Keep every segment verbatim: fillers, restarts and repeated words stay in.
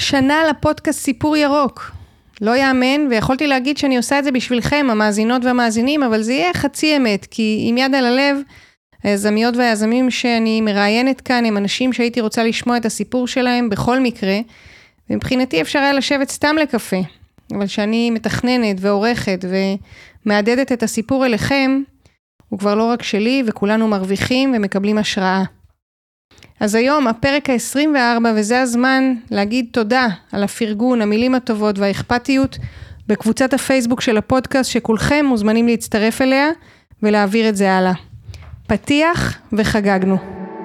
שנה לפודקאסט סיפור ירוק. לא יאמן, ויכולתי להגיד שאני עושה את זה בשבילכם, המאזינות והמאזינים, אבל זה יהיה חצי אמת, כי עם יד על הלב, היזמיות והיזמים שאני מראיינת כאן, הם אנשים שהייתי רוצה לשמוע את הסיפור שלהם בכל מקרה, ומבחינתי אפשר היה לשבת סתם לקפה, אבל שאני מתכננת ועורכת ומעדדת את הסיפור אליכם, הוא כבר לא רק שלי, וכולנו מרוויחים ומקבלים השראה. אז היום הפרק ה-עשרים וארבע, וזה הזמן להגיד תודה על הפרגון, המילים הטובות והאכפתיות, בקבוצת הפייסבוק של הפודקאסט, שכולכם מוזמנים להצטרף אליה, ולהעביר את זה הלאה. פתיח וחגגנו.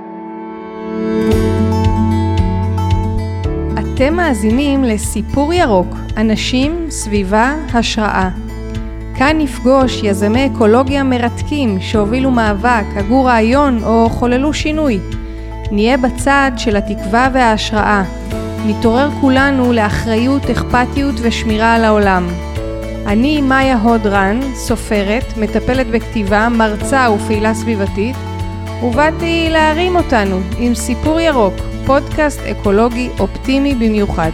אתם מאזינים לסיפור ירוק, אנשים, סביבה, השראה. כאן נפגוש יזמי אקולוגיה מרתקים שהובילו מאבק, הגו רעיון או חוללו שינוי. נהיה בצד של התקווה וההשראה. נתעורר כולנו לאחריות, אכפתיות ושמירה על העולם. אני מאיה הודרן, סופרת, מטפלת בכתיבה, מרצה ופעילה סביבתית, ובאתי להרים אותנו עם סיפור ירוק, פודקאסט אקולוגי אופטימי במיוחד.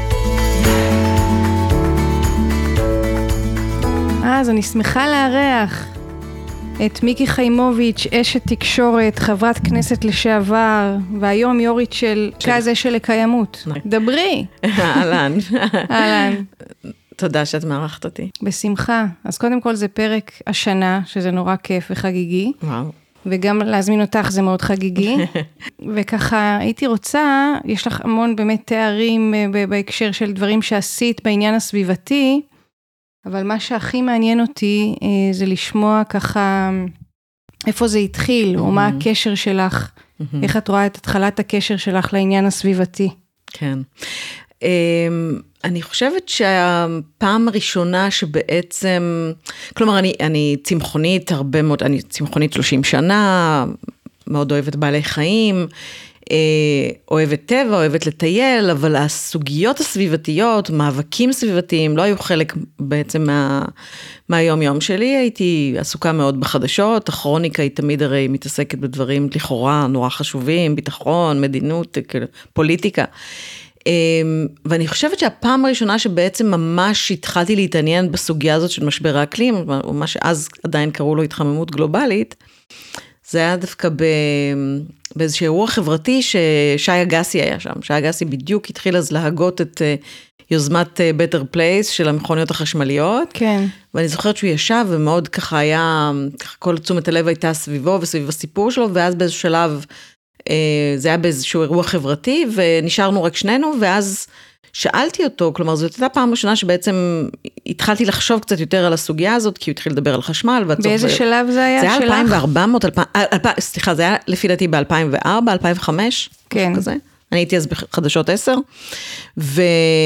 אז אני שמחה לארח את מיקי חיימוביץ', אשת תקשורת, חברת כנסת לשעבר, והיום יורית של כזה של לקיימות. דברי. אהלן. אהלן. תודה שאת מערכת אותי. בשמחה. אז קודם כל זה פרק השנה, שזה נורא כיף וחגיגי. וואו. וגם להזמין אותך זה מאוד חגיגי. וככה הייתי רוצה, יש לך המון באמת תארים בהקשר של דברים שעשית בעניין הסביבתי, אבל מה שהכי מעניין אותי זה לשמוע ככה איפה זה התחיל, או מה הקשר שלך, איך את רואה את התחלת הקשר שלך לעניין הסביבתי. כן. אני חושבת שהפעם הראשונה שבעצם, כלומר אני, אני צמחונית הרבה מאוד, אני צמחונית שלושים שנה, מאוד אוהבת בעלי חיים, אוהבת טבע, אוהבת לטייל, אבל הסוגיות הסביבתיות, מאבקים סביבתיים, לא היו חלק בעצם מה, מהיום יום שלי, הייתי עסוקה מאוד בחדשות, הכרוניקה היא תמיד הרי מתעסקת בדברים לכאורה נורא חשובים, ביטחון, מדינות, פוליטיקה, ואני חושבת שהפעם הראשונה שבעצם ממש התחלתי להתעניין בסוגיה הזאת של משבר האקלים, או מה שאז עדיין קראו לו התחממות גלובלית, זה היה דווקא באיזשהו אירוע חברתי ששי אגסי היה שם. שי אגסי בדיוק התחיל אז להגות את יוזמת Better Place של המכוניות החשמליות. כן. ואני זוכרת שהוא ישב ומאוד ככה היה, ככה כל תשומת הלב הייתה סביבו וסביב הסיפור שלו, ואז באיזשהו שלב, זה היה באיזשהו אירוע חברתי, ונשארנו רק שנינו, ואז שאלתי אותו, כלומר, זאת הייתה פעם ראשונה שבעצם התחלתי לחשוב קצת יותר על הסוגיה הזאת, כי הוא התחיל לדבר על חשמל. באיזה שלב זה היה שלך? זה היה אלפיים וארבע מאות, סליחה, זה היה לפי דעתי ב-אלפיים וארבע, אלפיים וחמש, כן. כזה. אני הייתי אז בחדשות עשר, ו...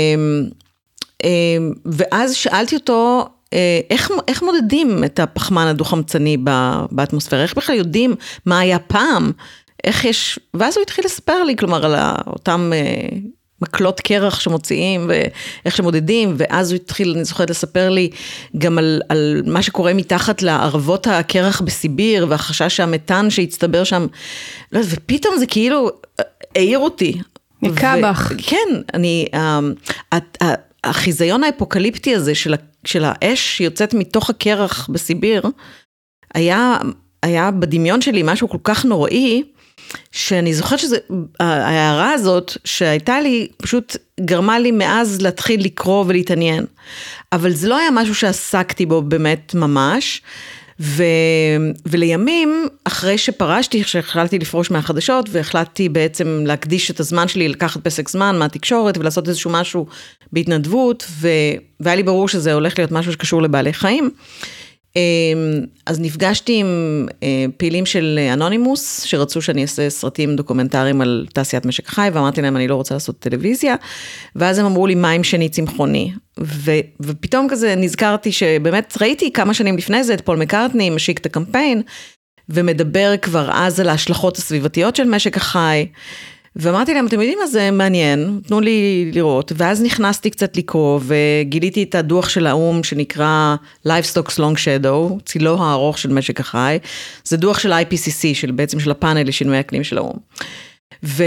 ואז שאלתי אותו, איך, איך מודדים את הפחמן הדו-חמצני באטמוספירה? איך בכלל יודעים מה היה פעם? איך יש... ואז הוא התחיל לספר לי, כלומר, על אותם... מקלות קרח שמוציאים, ואיך שמודדים, ואז הוא התחיל, אני זוכרת לספר לי, גם על, על מה שקורה מתחת לערבות הקרח בסיביר, והחשש שהמתן שהצטבר שם, לא, ופתאום זה כאילו, העיר אותי. נקע בך. כן, אני, החיזיון האפוקליפטי הזה, של, של האש שיוצאת מתוך הקרח בסיביר, היה, היה בדמיון שלי משהו כל כך נוראי, שאני זוכרת שזה, ההערה הזאת שהייתה לי, פשוט גרמה לי מאז להתחיל לקרוא ולהתעניין. אבל זה לא היה משהו שעסקתי בו באמת ממש, ו, ולימים, אחרי שפרשתי, כשהחלטתי לפרוש מהחדשות, והחלטתי בעצם להקדיש את הזמן שלי, לקחת פסק זמן מהתקשורת, ולעשות איזשהו משהו בהתנדבות, ו, והיה לי ברור שזה הולך להיות משהו שקשור לבעלי חיים, אז נפגשתי עם פעילים של אנונימוס, שרצו שאני אעשה סרטים דוקומנטריים על תעשיית משק החי, ואמרתי להם, אני לא רוצה לעשות טלוויזיה, ואז הם אמרו לי, מה עם שני צמחוני? ו- ופתאום כזה נזכרתי שבאמת ראיתי כמה שנים לפני זה, את פול מקארטני משיק את הקמפיין, ומדבר כבר אז על ההשלכות הסביבתיות של משק החי, ואמרתי להם, אתם יודעים מה זה מעניין, תנו לי לראות, ואז נכנסתי קצת לקרוא, וגיליתי את הדוח של האום, שנקרא Livestock's Long Shadow, צילו הארוך של משק החי, זה דוח של איי פי סי סי, של, בעצם של הפאנל לשינוי האקלים של האום. ו,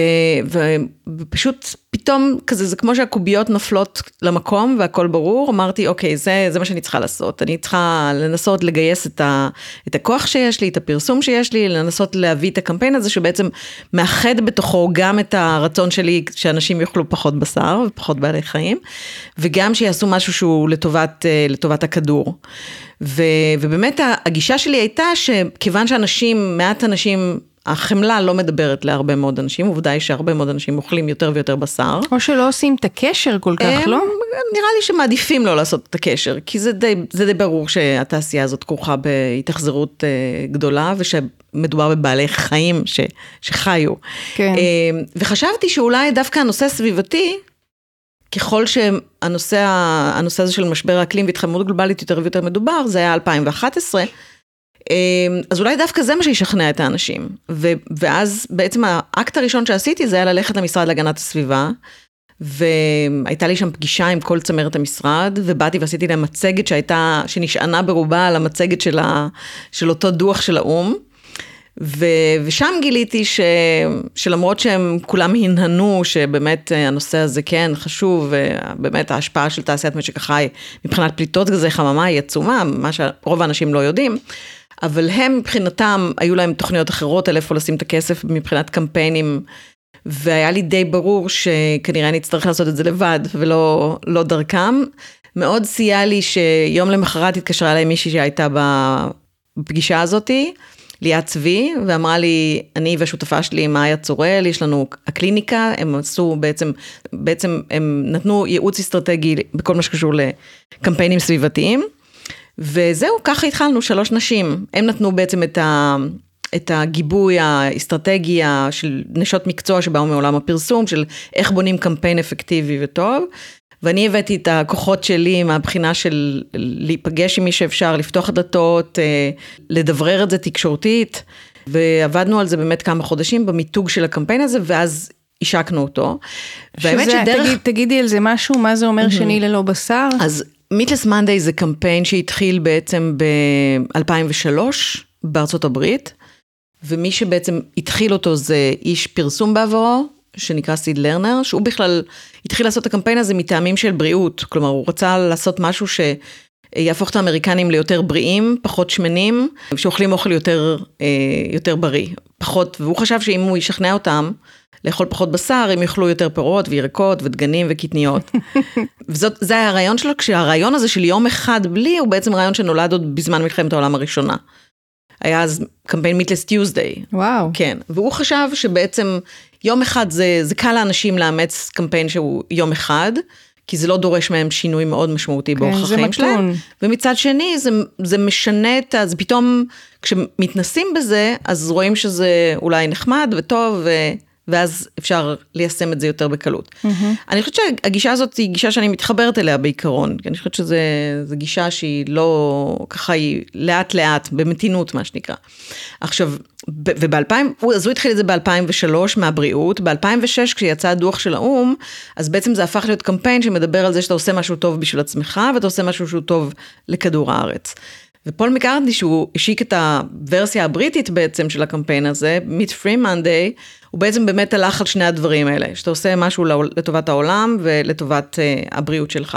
ופשוט פתאום כזה, זה כמו שהקוביות נופלות למקום והכל ברור, אמרתי, אוקיי, זה, זה מה שאני צריכה לעשות. אני צריכה לנסות לגייס את, ה, את הכוח שיש לי, את הפרסום שיש לי, לנסות להביא את הקמפיין הזה, שבעצם מאחד בתוכו גם את הרצון שלי, שאנשים יאכלו פחות בשר ופחות בעלי חיים, וגם שיעשו משהו שהוא לטובת, לטובת הכדור. ו, ובאמת הגישה שלי הייתה שכיוון שאנשים, מעט אנשים, החמלה לא מדברת להרבה מאוד אנשים, עובדה היא שהרבה מאוד אנשים אוכלים יותר ויותר בשר. או שלא עושים את הקשר כל כך, לא? נראה לי שמעדיפים לא לעשות את הקשר, כי זה די, זה די ברור שהתעשייה הזאת כרוכה בהתאכזרות גדולה, ושמדובר בבעלי חיים ש, שחיו. כן. וחשבתי שאולי דווקא הנושא הסביבתי, ככל שהנושא הנושא הזה של משבר האקלים והתחממות גלובלית יותר ויותר מדובר, זה היה אלפיים ואחת עשרה, אז אולי דווקא זה מה שישכנע את האנשים, ו- ואז בעצם האקט הראשון שעשיתי זה היה ללכת למשרד להגנת הסביבה, והייתה לי שם פגישה עם כל צמרת המשרד, ובאתי ועשיתי להם מצגת שהייתה, שנשענה ברובה על המצגת של, ה- של אותו דוח של האום, ו- ושם גיליתי ש- שלמרות שהם כולם הנהנו, שבאמת הנושא הזה כן חשוב, ובאמת ההשפעה של תעשיית משק החי, מבחינת פליטות גזי חממה היא עצומה, מה שרוב האנשים לא יודעים, אבל הם מבחינתם, היו להם תוכניות אחרות על איפה לשים את הכסף מבחינת קמפיינים, והיה לי די ברור שכנראה אני אצטרך לעשות את זה לבד, ולא לא דרכם. מאוד סייע לי שיום למחרת התקשרה אליי מישהי שהייתה בפגישה הזאת, ליאת צבי, ואמרה לי, אני והשותפה שלי, מאיה צורל, יש לנו הקליניקה, הם עשו בעצם, בעצם הם נתנו ייעוץ אסטרטגי בכל מה שקשור לקמפיינים סביבתיים, וזהו, ככה התחלנו, שלוש נשים. הם נתנו בעצם את, ה, את הגיבוי האסטרטגי של נשות מקצוע שבאו מעולם הפרסום, של איך בונים קמפיין אפקטיבי וטוב, ואני הבאתי את הכוחות שלי מהבחינה של להיפגש עם מי שאפשר, לפתוח דלתות, לדברר את זה תקשורתית, ועבדנו על זה באמת כמה חודשים במיתוג של הקמפיין הזה, ואז השקנו אותו. שזה, שדרך... תגיד, תגידי על זה משהו, מה זה אומר שני ללא בשר? אז Meatless Monday זה קמפיין שהתחיל בעצם ב-אלפיים ושלוש בארצות הברית, ומי שבעצם התחיל אותו זה איש פרסום בעברו, שנקרא סיד לרנר, שהוא בכלל התחיל לעשות את הקמפיין הזה מטעמים של בריאות, כלומר הוא רצה לעשות משהו שיהפוך את האמריקנים ליותר בריאים, פחות שמנים, שאוכלים אוכל יותר, יותר בריא, פחות, והוא חשב שאם הוא ישכנע אותם, לאכול פחות בשר, הם יאכלו יותר פירות וירקות ודגנים וקטניות. וזאת, זה היה הרעיון שלו, כשהרעיון הזה של יום אחד בלי, הוא בעצם רעיון שנולד עוד בזמן מלחמת העולם הראשונה. היה אז קמפיין Meatless Tuesday. וואו. כן, והוא חשב שבעצם יום אחד זה, זה קל לאנשים לאמץ קמפיין שהוא יום אחד, כי זה לא דורש מהם שינוי מאוד משמעותי באורח החיים שלהם. ומצד שני, זה, זה משנה את, אז פתאום כשמתנסים בזה, אז רואים שזה אולי נחמד וטוב, ו... ואז אפשר ליישם את זה יותר בקלות. Mm-hmm. אני חושבת שהגישה הזאת היא גישה שאני מתחברת אליה בעיקרון, כי אני חושבת שזו גישה שהיא לא, ככה היא לאט לאט, במתינות מה שנקרא. עכשיו, וב-אלפיים, אז הוא התחיל את זה ב-אלפיים ושלוש מהבריאות, ב-אלפיים ושש כשיצא הדוח של האום, אז בעצם זה הפך להיות קמפיין שמדבר על זה שאתה עושה משהו טוב בשביל עצמך, ואתה עושה משהו שהוא טוב לכדור הארץ. ופול מקארטני, שהוא השיק את הוורסיה הבריטית בעצם של הקמפיין הזה, Meat Free Monday, הוא בעצם באמת הלך על שני הדברים האלה, שאתה עושה משהו לטובת העולם ולטובת uh, הבריאות שלך.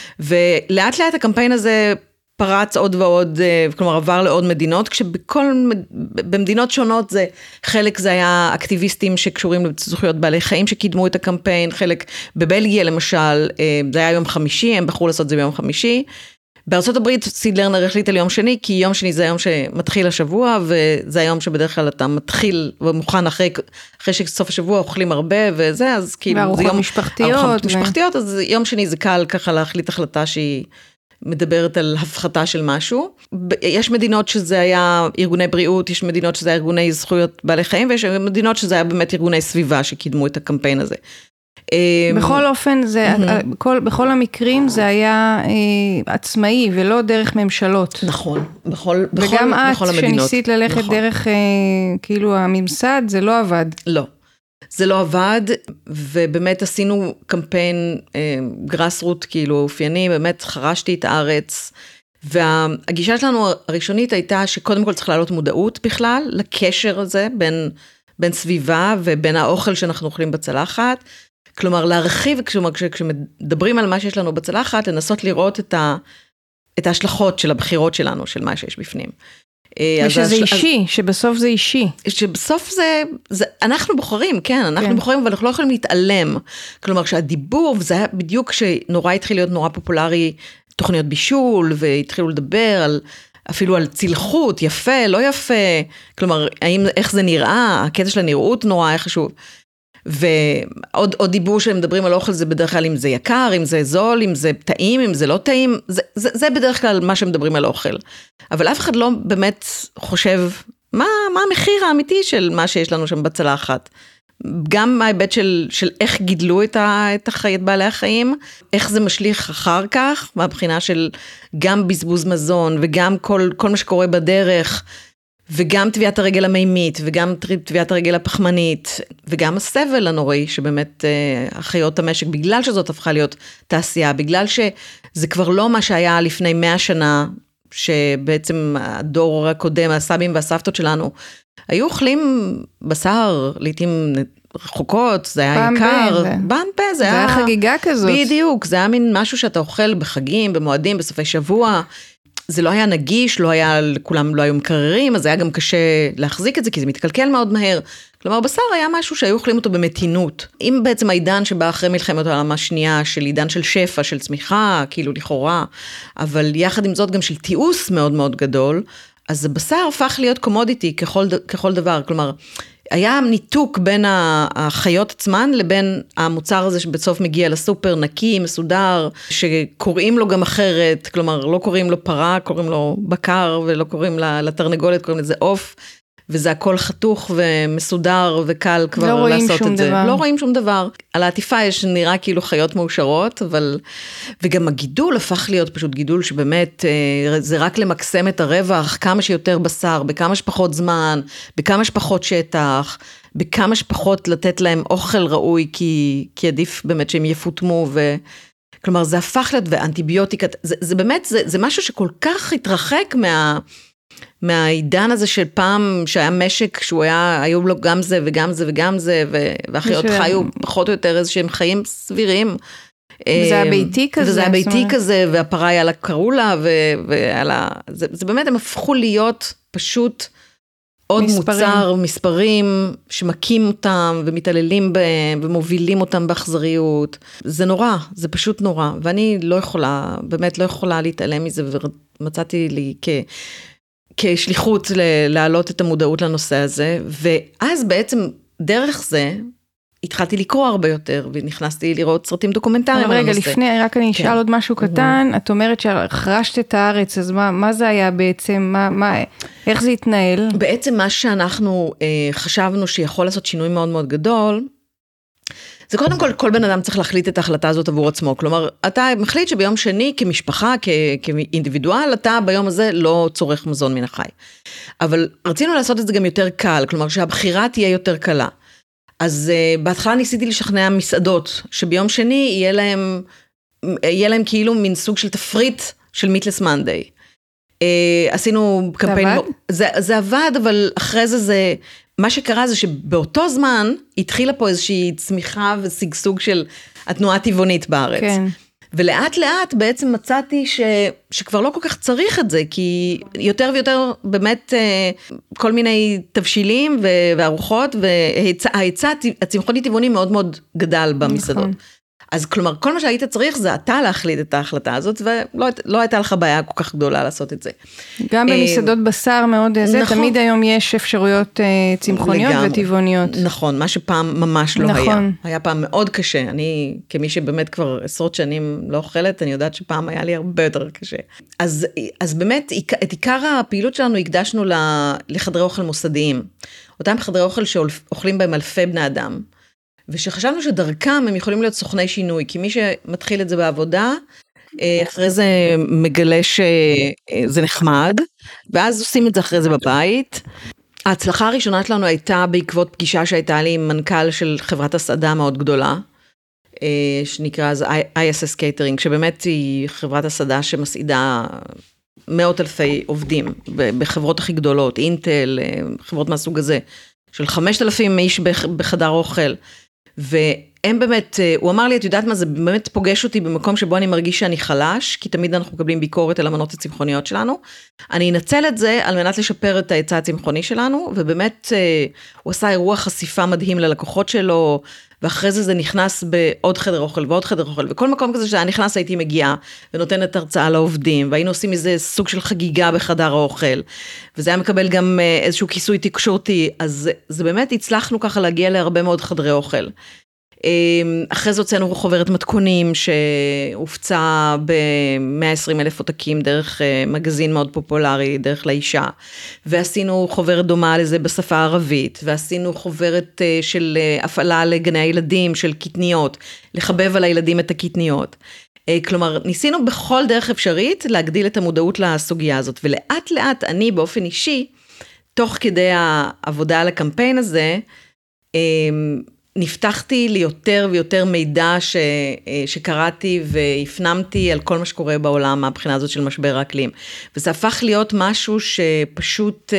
ולאט לאט הקמפיין הזה פרץ עוד ועוד, uh, כלומר עבר לעוד מדינות, כשבכל, במדינות שונות זה, חלק זה היה אקטיביסטים שקשורים לזכויות בעלי חיים שקידמו את הקמפיין, חלק בבלגיה למשל, uh, זה היה יום חמישי, הם בחרו לעשות את זה ביום חמישי, בארצות הברית סיד לרנר החליט על יום שני, כי יום שני זה היום שמתחיל השבוע, וזה היום שבדרך כלל אתה מתחיל ומוכן אחרי, אחרי שסוף השבוע אוכלים הרבה וזה, אז כאילו... וארוחות משפחתיות. ארוחות משפחתיות, אז יום שני זה קל ככה להחליט החלטה שהיא מדברת על הפחתה של משהו. יש מדינות שזה היה ארגוני בריאות, יש מדינות שזה היה ארגוני זכויות בעלי חיים, ויש מדינות שזה היה באמת ארגוני סביבה שקידמו את הקמפיין הזה. בכל אופן, זה, בכל, בכל המקרים זה היה אה, עצמאי ולא דרך ממשלות. נכון, בכל, בכל, וגם בכל את שניסית ללכת נכון. דרך אה, כאילו הממסד, זה לא עבד. לא, זה לא עבד, ובאמת עשינו קמפיין אה, גרסרוט כאילו אופייני, באמת חרשתי את הארץ, והגישה שלנו הראשונית הייתה שקודם כל צריך לעלות מודעות בכלל, לקשר הזה בין... בין סביבה ובין האוכל שאנחנו אוכלים בצלחת, כלומר להרחיב, כלומר כשמדברים על מה שיש לנו בצלחת, לנסות לראות את, ה, את ההשלכות של הבחירות שלנו, של מה שיש בפנים. ושזה השל... אישי, אז... שבסוף זה אישי. שבסוף זה, זה אנחנו בוחרים, כן, אנחנו כן. בוחרים, אבל אנחנו לא יכולים להתעלם. כלומר, שהדיבור, וזה היה בדיוק שנורא התחיל להיות נורא פופולרי, תוכניות בישול, והתחילו לדבר על, אפילו על צלחות, יפה, לא יפה, כלומר, האם, איך זה נראה, הקטע של הנראות נורא היה חשוב. ועוד עוד דיבור שהם מדברים על אוכל, זה בדרך כלל אם זה יקר, אם זה זול, אם זה טעים, אם זה לא טעים, זה, זה, זה בדרך כלל מה שמדברים על אוכל. אבל אף אחד לא באמת חושב, מה, מה המחיר האמיתי של מה שיש לנו שם בצלחת. גם ההיבט של, של איך גידלו את, ה, את, החי, את בעלי החיים, איך זה משליך אחר כך, מהבחינה של גם בזבוז מזון, וגם כל, כל מה שקורה בדרך, וגם טביעת הרגל המימית, וגם טביעת הרגל הפחמנית, וגם הסבל הנוראי, שבאמת אה, החיות המשק, בגלל שזאת הפכה להיות תעשייה, בגלל שזה כבר לא מה שהיה לפני מאה שנה, שבעצם הדור הקודם, הסבים והסבתות שלנו, היו אוכלים בשר, לעתים רחוקות, זה היה יקר, פעם פה, זה היה חגיגה כזאת. בדיוק, זה היה מין משהו שאתה אוכל בחגים, במועדים, בסופי שבוע, זה לא היה נגיש, לא היה, כולם לא היו מקררים, אז זה היה גם קשה להחזיק את זה, כי זה מתקלקל מאוד מהר. כלומר, בשר היה משהו שהיו אוכלים אותו במתינות. אם בעצם העידן שבא אחרי מלחמת העולם השנייה, של עידן של שפע, של צמיחה, כאילו לכאורה, אבל יחד עם זאת גם של תיעוש מאוד מאוד גדול, אז הבשר הפך להיות קומודיטי ככל, ככל דבר. כלומר, היה ניתוק בין החיות עצמן לבין המוצר הזה שבסוף מגיע לסופר, נקי, מסודר, שקוראים לו גם אחרת, כלומר לא קוראים לו פרה, קוראים לו בקר, ולא קוראים לתרנגולת, קוראים לזה עוף, וזה הכל חתוך ומסודר וקל כבר לא לעשות את זה. דבר. לא רואים שום דבר. על העטיפה יש נראה כאילו חיות מאושרות, אבל, וגם הגידול הפך להיות פשוט גידול שבאמת זה רק למקסם את הרווח, כמה שיותר בשר, בכמה שפחות זמן, בכמה שפחות שטח, בכמה שפחות לתת להם אוכל ראוי, כי, כי עדיף באמת שהם יפותמו ו... כלומר זה הפך להיות, ואנטיביוטיקה, זה, זה באמת, זה, זה משהו שכל כך התרחק מה... מהעידן הזה של פעם שהיה משק, שהוא היה, היו לו גם זה וגם זה וגם זה, והחיות חיו פחות או יותר איזשהם חיים סבירים. וזה היה ביתי כזה. וזה היה ביתי כזה, והפרה היה לה קרולה, זה באמת, הם הפכו להיות פשוט עוד מוצר, מספרים, שמקים אותם ומתעללים בהם, ומובילים אותם באכזריות. זה נורא, זה פשוט נורא, ואני לא יכולה, באמת לא יכולה להתעלם מזה, ומצאתי לי כ... כשליחות להעלות את המודעות לנושא הזה, ואז בעצם דרך זה, התחלתי לקרוא הרבה יותר, ונכנסתי לראות סרטים דוקומנטריים על הנושא. רגע, לפני, רק אני אשאל עוד משהו קטן, את אומרת שהחרשת את הארץ, אז מה, מה זה היה בעצם, מה, מה, איך זה התנהל? בעצם מה שאנחנו אה, חשבנו שיכול לעשות שינוי מאוד מאוד גדול, זה קודם כל, כל בן אדם צריך להחליט את ההחלטה הזאת עבור עצמו. כלומר, אתה מחליט שביום שני, כמשפחה, כ- כאינדיבידואל, אתה ביום הזה לא צורך מזון מן החי. אבל רצינו לעשות את זה גם יותר קל, כלומר, שהבחירה תהיה יותר קלה. אז uh, בהתחלה ניסיתי לשכנע מסעדות, שביום שני יהיה להם, יהיה להם כאילו מין סוג של תפריט של מיטלס מנדיי. Uh, עשינו קמפיין... זה עבד? זה, זה עבד, אבל אחרי זה זה... מה שקרה זה שבאותו זמן התחילה פה איזושהי צמיחה וסגסוג של התנועה הטבעונית בארץ. כן. ולאט לאט בעצם מצאתי ש, שכבר לא כל כך צריך את זה, כי יותר ויותר באמת כל מיני תבשילים וארוחות, וההיצע הצמחוני טבעוני מאוד מאוד גדל במסעדות. נכון. אז כלומר, כל מה שהיית צריך זה אתה להחליט את ההחלטה הזאת, ולא לא הייתה לך בעיה כל כך גדולה לעשות את זה. גם במסעדות בשר מאוד זה, נכון. תמיד היום יש אפשרויות צמחוניות לגמרי. וטבעוניות. נכון, מה שפעם ממש לא נכון. היה. היה פעם מאוד קשה. אני, כמי שבאמת כבר עשרות שנים לא אוכלת, אני יודעת שפעם היה לי הרבה יותר קשה. אז, אז באמת, את עיקר הפעילות שלנו הקדשנו לחדרי אוכל מוסדיים. אותם חדרי אוכל שאוכלים בהם אלפי בני אדם. ושחשבנו שדרכם הם יכולים להיות סוכני שינוי, כי מי שמתחיל את זה בעבודה, אחרי זה מגלה שזה נחמד, ואז עושים את זה אחרי זה בבית. ההצלחה הראשונה שלנו הייתה בעקבות פגישה שהייתה לי עם מנכ"ל של חברת הסעדה מאוד גדולה, שנקרא אז איי אס אס Catering, שבאמת היא חברת הסעדה שמסעידה מאות אלפי עובדים, בחברות הכי גדולות, אינטל, חברות מהסוג הזה, של חמשת אלפים איש בחדר אוכל, והם באמת, הוא אמר לי, את יודעת מה, זה באמת פוגש אותי במקום שבו אני מרגיש שאני חלש, כי תמיד אנחנו מקבלים ביקורת על המנות הצמחוניות שלנו, אני אנצל את זה על מנת לשפר את ההיצע הצמחוני שלנו, ובאמת הוא עשה אירוע חשיפה מדהים ללקוחות שלו, ואחרי זה זה נכנס בעוד חדר אוכל ועוד חדר אוכל, וכל מקום כזה שהיה נכנס הייתי מגיעה, ונותנת הרצאה לעובדים, והיינו עושים איזה סוג של חגיגה בחדר האוכל, וזה היה מקבל גם איזשהו כיסוי תקשורתי, אז זה באמת הצלחנו ככה להגיע להרבה מאוד חדרי אוכל. אחרי זה הוצאנו חוברת מתכונים שהופצה ב-מאה ועשרים אלף עותקים דרך מגזין מאוד פופולרי, דרך לאישה, ועשינו חוברת דומה לזה בשפה הערבית, ועשינו חוברת של הפעלה לגני הילדים של קטניות, לחבב על הילדים את הקטניות. כלומר, ניסינו בכל דרך אפשרית להגדיל את המודעות לסוגיה הזאת, ולאט לאט אני באופן אישי, תוך כדי העבודה על הקמפיין הזה, נפתחתי לי יותר ויותר מידע ש, שקראתי והפנמתי על כל מה שקורה בעולם מהבחינה הזאת של משבר האקלים. וזה הפך להיות משהו שפשוט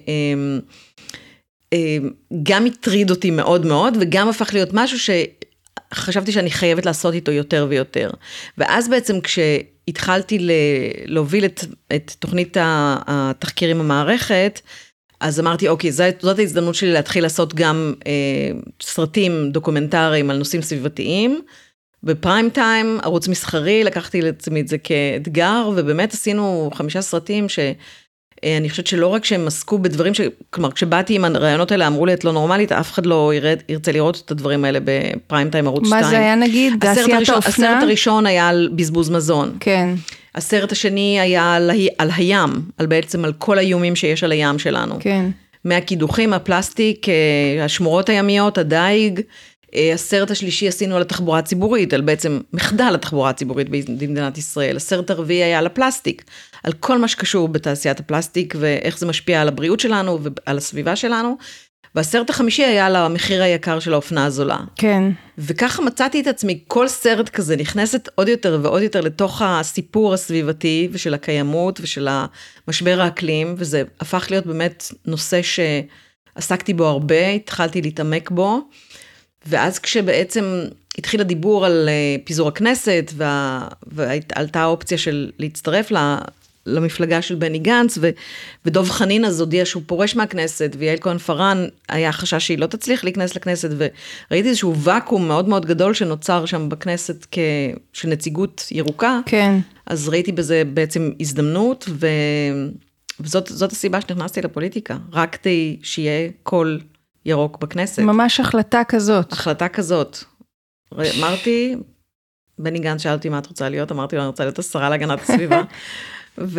גם הטריד אותי מאוד מאוד, וגם הפך להיות משהו שחשבתי שאני חייבת לעשות איתו יותר ויותר. ואז בעצם כשהתחלתי להוביל את, את תוכנית התחקיר עם המערכת, אז אמרתי, אוקיי, זאת, זאת ההזדמנות שלי להתחיל לעשות גם אה, סרטים דוקומנטריים על נושאים סביבתיים, בפריים טיים, ערוץ מסחרי, לקחתי לעצמי את זה כאתגר, ובאמת עשינו חמישה סרטים שאני חושבת שלא רק שהם עסקו בדברים, ש... כלומר, כשבאתי עם הרעיונות האלה, אמרו לי, את לא נורמלית, אף אחד לא ירד, ירצה לראות את הדברים האלה בפריים טיים, ערוץ שתיים. מה זה היה נגיד? הסרט הראשון, הסרט הראשון היה על בזבוז מזון. כן. הסרט השני היה על, על הים, על בעצם על כל האיומים שיש על הים שלנו. כן. מהקידוחים, הפלסטיק, השמורות הימיות, הדייג. הסרט השלישי עשינו על התחבורה הציבורית, על בעצם מחדל התחבורה הציבורית במדינת ישראל. הסרט הרביעי היה על הפלסטיק, על כל מה שקשור בתעשיית הפלסטיק, ואיך זה משפיע על הבריאות שלנו ועל הסביבה שלנו. והסרט החמישי היה על המחיר היקר של האופנה הזולה. כן. וככה מצאתי את עצמי, כל סרט כזה נכנסת עוד יותר ועוד יותר לתוך הסיפור הסביבתי ושל הקיימות ושל המשבר האקלים, וזה הפך להיות באמת נושא שעסקתי בו הרבה, התחלתי להתעמק בו, ואז כשבעצם התחיל הדיבור על פיזור הכנסת, ועלתה האופציה של להצטרף לה, למפלגה של בני גנץ, ו, ודוב חנין אז הודיע שהוא פורש מהכנסת, ויעל כהן פארן היה חשש שהיא לא תצליח להיכנס לכנסת, וראיתי איזשהו ואקום מאוד מאוד גדול שנוצר שם בכנסת כ, של נציגות ירוקה, כן. אז ראיתי בזה בעצם הזדמנות, ו, וזאת זאת הסיבה שנכנסתי לפוליטיקה, רק כדי שיהיה קול ירוק בכנסת. ממש החלטה כזאת. החלטה כזאת. אמרתי, בני גנץ שאלתי מה את רוצה להיות, אמרתי לו אני רוצה להיות השרה להגנת הסביבה, ו...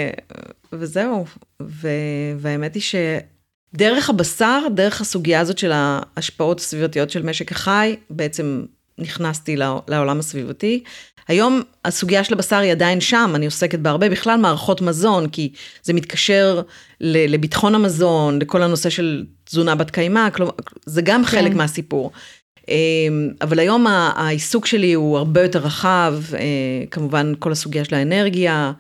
וזהו, ו... והאמת היא שדרך הבשר, דרך הסוגיה הזאת של ההשפעות הסביבתיות של משק החי, בעצם נכנסתי לעולם הסביבתי. היום הסוגיה של הבשר היא עדיין שם, אני עוסקת בהרבה בכלל מערכות מזון, כי זה מתקשר לביטחון המזון, לכל הנושא של תזונה בת קיימא, כלומר, זה גם כן. חלק מהסיפור. אבל היום העיסוק שלי הוא הרבה יותר רחב, כמובן כל הסוגיה של האנרגיה,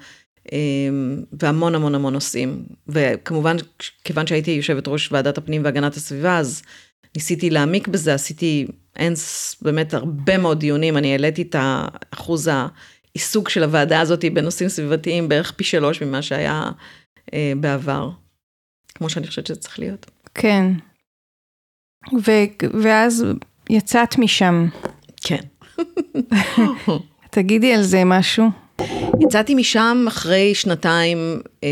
והמון המון המון נושאים, וכמובן כיוון שהייתי יושבת ראש ועדת הפנים והגנת הסביבה, אז ניסיתי להעמיק בזה, עשיתי אין באמת הרבה מאוד דיונים, אני העליתי את האחוז העיסוק של הוועדה הזאת בנושאים סביבתיים, בערך פי שלוש ממה שהיה אה, בעבר, כמו שאני חושבת שזה צריך להיות. כן, ו- ואז יצאת משם. כן. תגידי על זה משהו. יצאתי משם אחרי שנתיים, אה,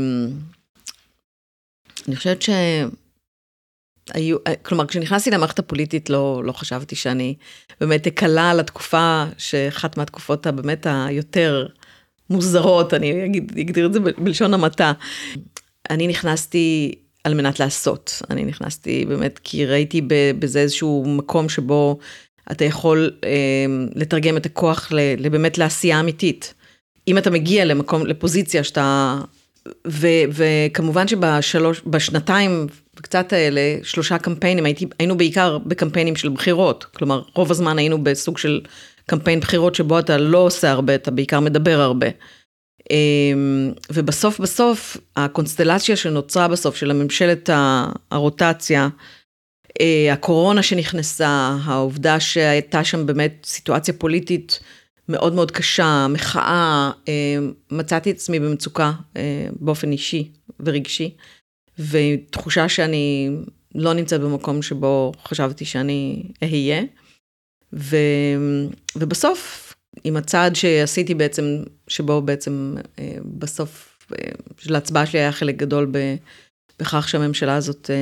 אני חושבת ש... היו, כלומר, כשנכנסתי למערכת הפוליטית, לא, לא חשבתי שאני באמת אקלה על התקופה, שאחת מהתקופות הבאמת היותר מוזרות, אני אגיד, אגדיר את זה בלשון המעטה. אני נכנסתי על מנת לעשות, אני נכנסתי באמת, כי ראיתי בזה איזשהו מקום שבו אתה יכול אה, לתרגם את הכוח לבאמת לעשייה אמיתית. אם אתה מגיע למקום, לפוזיציה שאתה... ו, וכמובן שבשלוש, בשנתיים וקצת האלה, שלושה קמפיינים, הייתי, היינו בעיקר בקמפיינים של בחירות, כלומר, רוב הזמן היינו בסוג של קמפיין בחירות, שבו אתה לא עושה הרבה, אתה בעיקר מדבר הרבה. ובסוף בסוף, הקונסטלציה שנוצרה בסוף של הממשלת הרוטציה, הקורונה שנכנסה, העובדה שהייתה שם באמת סיטואציה פוליטית מאוד מאוד קשה, מחאה, מצאתי את עצמי במצוקה באופן אישי ורגשי, ותחושה שאני לא נמצאת במקום שבו חשבתי שאני אהיה, ו, ובסוף, עם הצעד שעשיתי בעצם, שבו בעצם בסוף של ההצבעה שלי היה חלק גדול בכך שהממשלה הזאת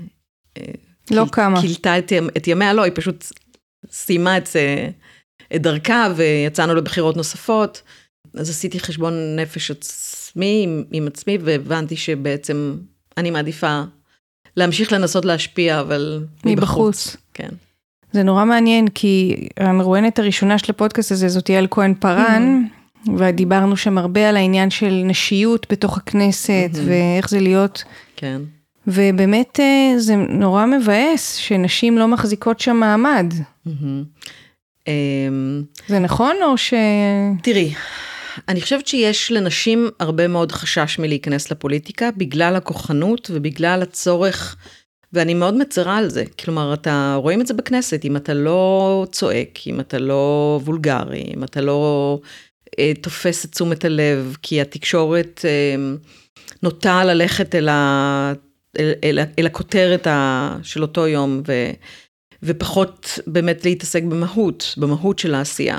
לא קמה. קילתה את, את ימיה, לא, היא פשוט סיימה את, את דרכה, ויצאנו לבחירות נוספות, אז עשיתי חשבון נפש עצמי עם, עם עצמי, והבנתי שבעצם אני מעדיפה להמשיך לנסות להשפיע, אבל מבחוץ. מבחוץ. כן. זה נורא מעניין, כי המרואיינת הראשונה של הפודקאסט הזה, זאת יעל כהן פרן, mm-hmm. ודיברנו שם הרבה על העניין של נשיות בתוך הכנסת, mm-hmm. ואיך זה להיות. כן. ובאמת זה נורא מבאס, שנשים לא מחזיקות שם מעמד. Mm-hmm. זה נכון או ש... תראי, אני חושבת שיש לנשים הרבה מאוד חשש מלהיכנס לפוליטיקה, בגלל הכוחנות ובגלל הצורך, ואני מאוד מצרה על זה. כלומר, אתה רואים את זה בכנסת, אם אתה לא צועק, אם אתה לא וולגרי, אם אתה לא אה, תופס את תשומת הלב, כי התקשורת אה, נוטה ללכת אל, ה, אל, אל, אל הכותרת ה, של אותו יום, ו, ופחות באמת להתעסק במהות, במהות של העשייה.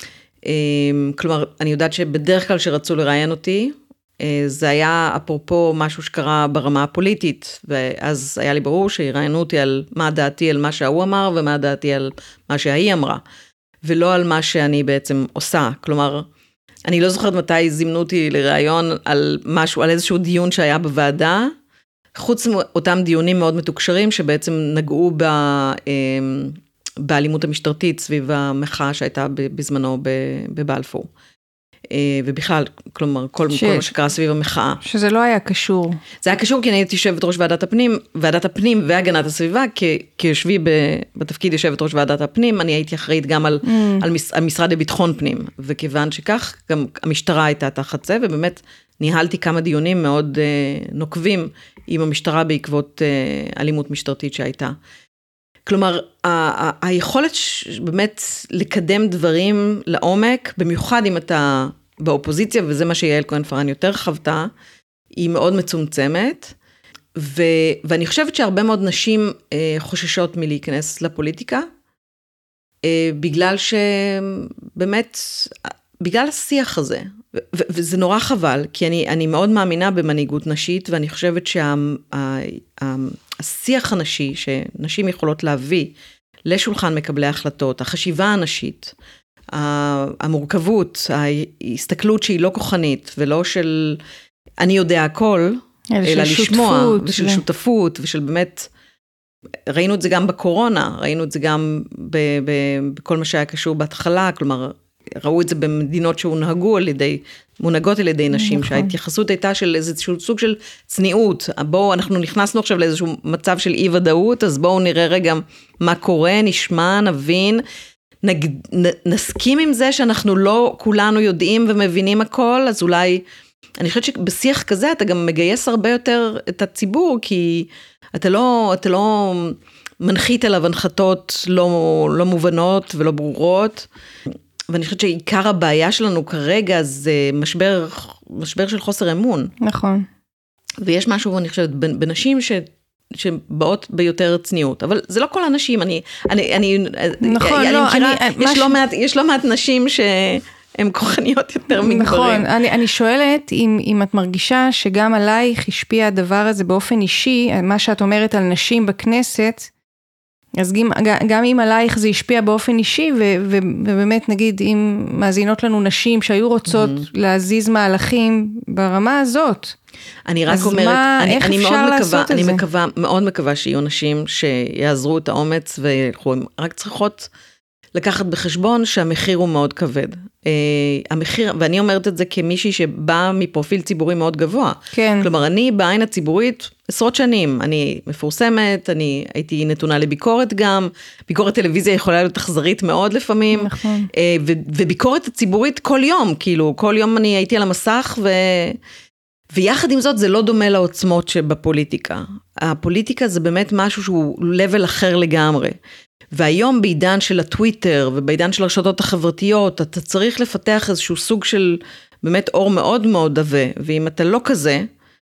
כלומר, אני יודעת שבדרך כלל שרצו לראיין אותי, זה היה אפרופו משהו שקרה ברמה הפוליטית, ואז היה לי ברור שיראיינו אותי על מה דעתי על מה שהוא אמר, ומה דעתי על מה שהיא אמרה, ולא על מה שאני בעצם עושה. כלומר, אני לא זוכרת מתי זימנו אותי לראיון על משהו, על איזשהו דיון שהיה בוועדה, חוץ מאותם דיונים מאוד מתוקשרים, שבעצם נגעו ב... באלימות המשטרתית סביב המחאה שהייתה בזמנו בבלפור. ובכלל, כלומר, כל, ש... כל מה שקרה סביב המחאה. שזה לא היה קשור. זה היה קשור כי אני הייתי יושבת ראש ועדת הפנים, ועדת הפנים והגנת הסביבה, כי, כי יושבי ב, בתפקיד יושבת ראש ועדת הפנים, אני הייתי אחראית גם על, mm. על מש, המשרד לביטחון פנים, וכיוון שכך, גם המשטרה הייתה תחת זה, ובאמת ניהלתי כמה דיונים מאוד uh, נוקבים עם המשטרה בעקבות uh, אלימות משטרתית שהייתה. כלומר, ה- ה- היכולת באמת לקדם דברים לעומק, במיוחד אם אתה באופוזיציה, וזה מה שיעל כהן פרן יותר חוותה, היא מאוד מצומצמת, ו- ואני חושבת שהרבה מאוד נשים אה, חוששות מלהיכנס לפוליטיקה, אה, בגלל שבאמת, בגלל השיח הזה, ו- ו- וזה נורא חבל, כי אני, אני מאוד מאמינה במנהיגות נשית, ואני חושבת שה... ה- ה- השיח הנשי שנשים יכולות להביא לשולחן מקבלי ההחלטות, החשיבה הנשית, המורכבות, ההסתכלות שהיא לא כוחנית, ולא של אני יודע הכל, אלא לשמוע, ושל שותפות, ושל באמת, ראינו את זה גם בקורונה, ראינו את זה גם בכל מה שהיה קשור בהתחלה, כלומר, ראו את זה במדינות שהונהגו על ידי, מונהגות על ידי נשים, שההתייחסות הייתה של איזשהו סוג של צניעות, בואו, אנחנו נכנסנו עכשיו לאיזשהו מצב של אי ודאות, אז בואו נראה רגע מה קורה, נשמע, נבין, נג, נ, נסכים עם זה שאנחנו לא כולנו יודעים ומבינים הכל, אז אולי, אני חושבת שבשיח כזה אתה גם מגייס הרבה יותר את הציבור, כי אתה לא, אתה לא מנחית אליו הנחתות לא, לא מובנות ולא ברורות, ואני חושבת שעיקר הבעיה שלנו כרגע זה משבר, משבר של חוסר אמון. נכון. ויש משהו, אני חושבת, בנשים ש... שבאות ביותר צניעות, אבל זה לא כל הנשים, אני, אני, אני, נכון, אני, לא, מכירה, אני, יש, מש... לא מעט, יש לא מעט נשים שהן כוחניות יותר מגברים. נכון, אני, אני שואלת אם, אם את מרגישה שגם עלייך השפיע הדבר הזה באופן אישי, מה שאת אומרת על נשים בכנסת, אז גם, גם אם עלייך זה השפיע באופן אישי, ו, ו, ובאמת נגיד אם מאזינות לנו נשים שהיו רוצות mm-hmm. להזיז מהלכים ברמה הזאת, אני רק אומרת, מה, אני, איך אני אפשר מאוד לעשות מקווה, את אני זה? מקווה, מאוד מקווה שיהיו נשים שיעזרו את האומץ, ורק צריכות לקחת בחשבון שהמחיר הוא מאוד כבד. המחיר, ואני אומרת את זה כמישהי שבאה מפרופיל ציבורי מאוד גבוה. כן. כלומר, אני בעין הציבורית, עשרות שנים, אני מפורסמת, אני הייתי נתונה לביקורת גם, ביקורת טלוויזיה יכולה להיות אכזרית מאוד לפעמים, נכון. ו- וביקורת ציבורית כל יום, כאילו כל יום אני הייתי על המסך, ו... ויחד עם זאת זה לא דומה לעוצמות שבפוליטיקה. הפוליטיקה זה באמת משהו שהוא level אחר לגמרי. והיום בעידן של הטוויטר ובעידן של הרשתות החברתיות, אתה צריך לפתח איזשהו סוג של באמת אור מאוד מאוד דווה, ואם אתה לא כזה,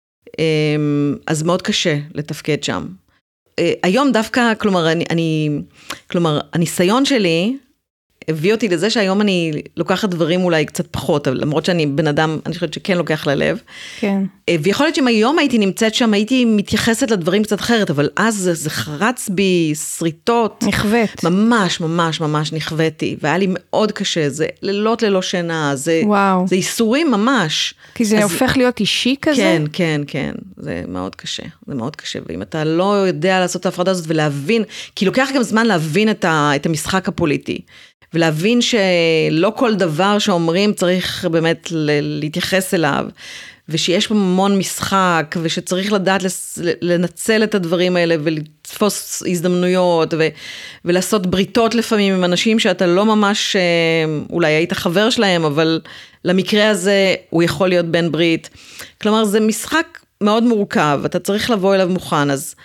אז מאוד קשה לתפקד שם. היום דווקא, כלומר, אני, אני, כלומר, הניסיון שלי הביא אותי לזה שהיום אני לוקחת דברים אולי קצת פחות, אבל למרות שאני בן אדם, אני חושבת שכן לוקח ללב. כן. ויכול להיות שאם היום הייתי נמצאת שם, הייתי מתייחסת לדברים קצת אחרת, אבל אז זה, זה חרץ בי שריטות. נכוות. ממש, ממש, ממש נכוויתי, והיה לי מאוד קשה, זה לילות ללא שינה, זה, וואו. זה איסורים ממש. כי זה אז, הופך להיות אישי כזה? כן, כן, כן, זה מאוד קשה, זה מאוד קשה, ואם אתה לא יודע לעשות את ההפרדה הזאת ולהבין, כי לוקח גם זמן להבין את, ה, את המשחק הפוליטי. ולהבין שלא כל דבר שאומרים צריך באמת להתייחס אליו, ושיש פה המון משחק, ושצריך לדעת לנצל את הדברים האלה, ולתפוס הזדמנויות, ו- ולעשות בריתות לפעמים עם אנשים שאתה לא ממש, אולי היית חבר שלהם, אבל למקרה הזה הוא יכול להיות בן ברית. כלומר, זה משחק מאוד מורכב, אתה צריך לבוא אליו מוכן, אז...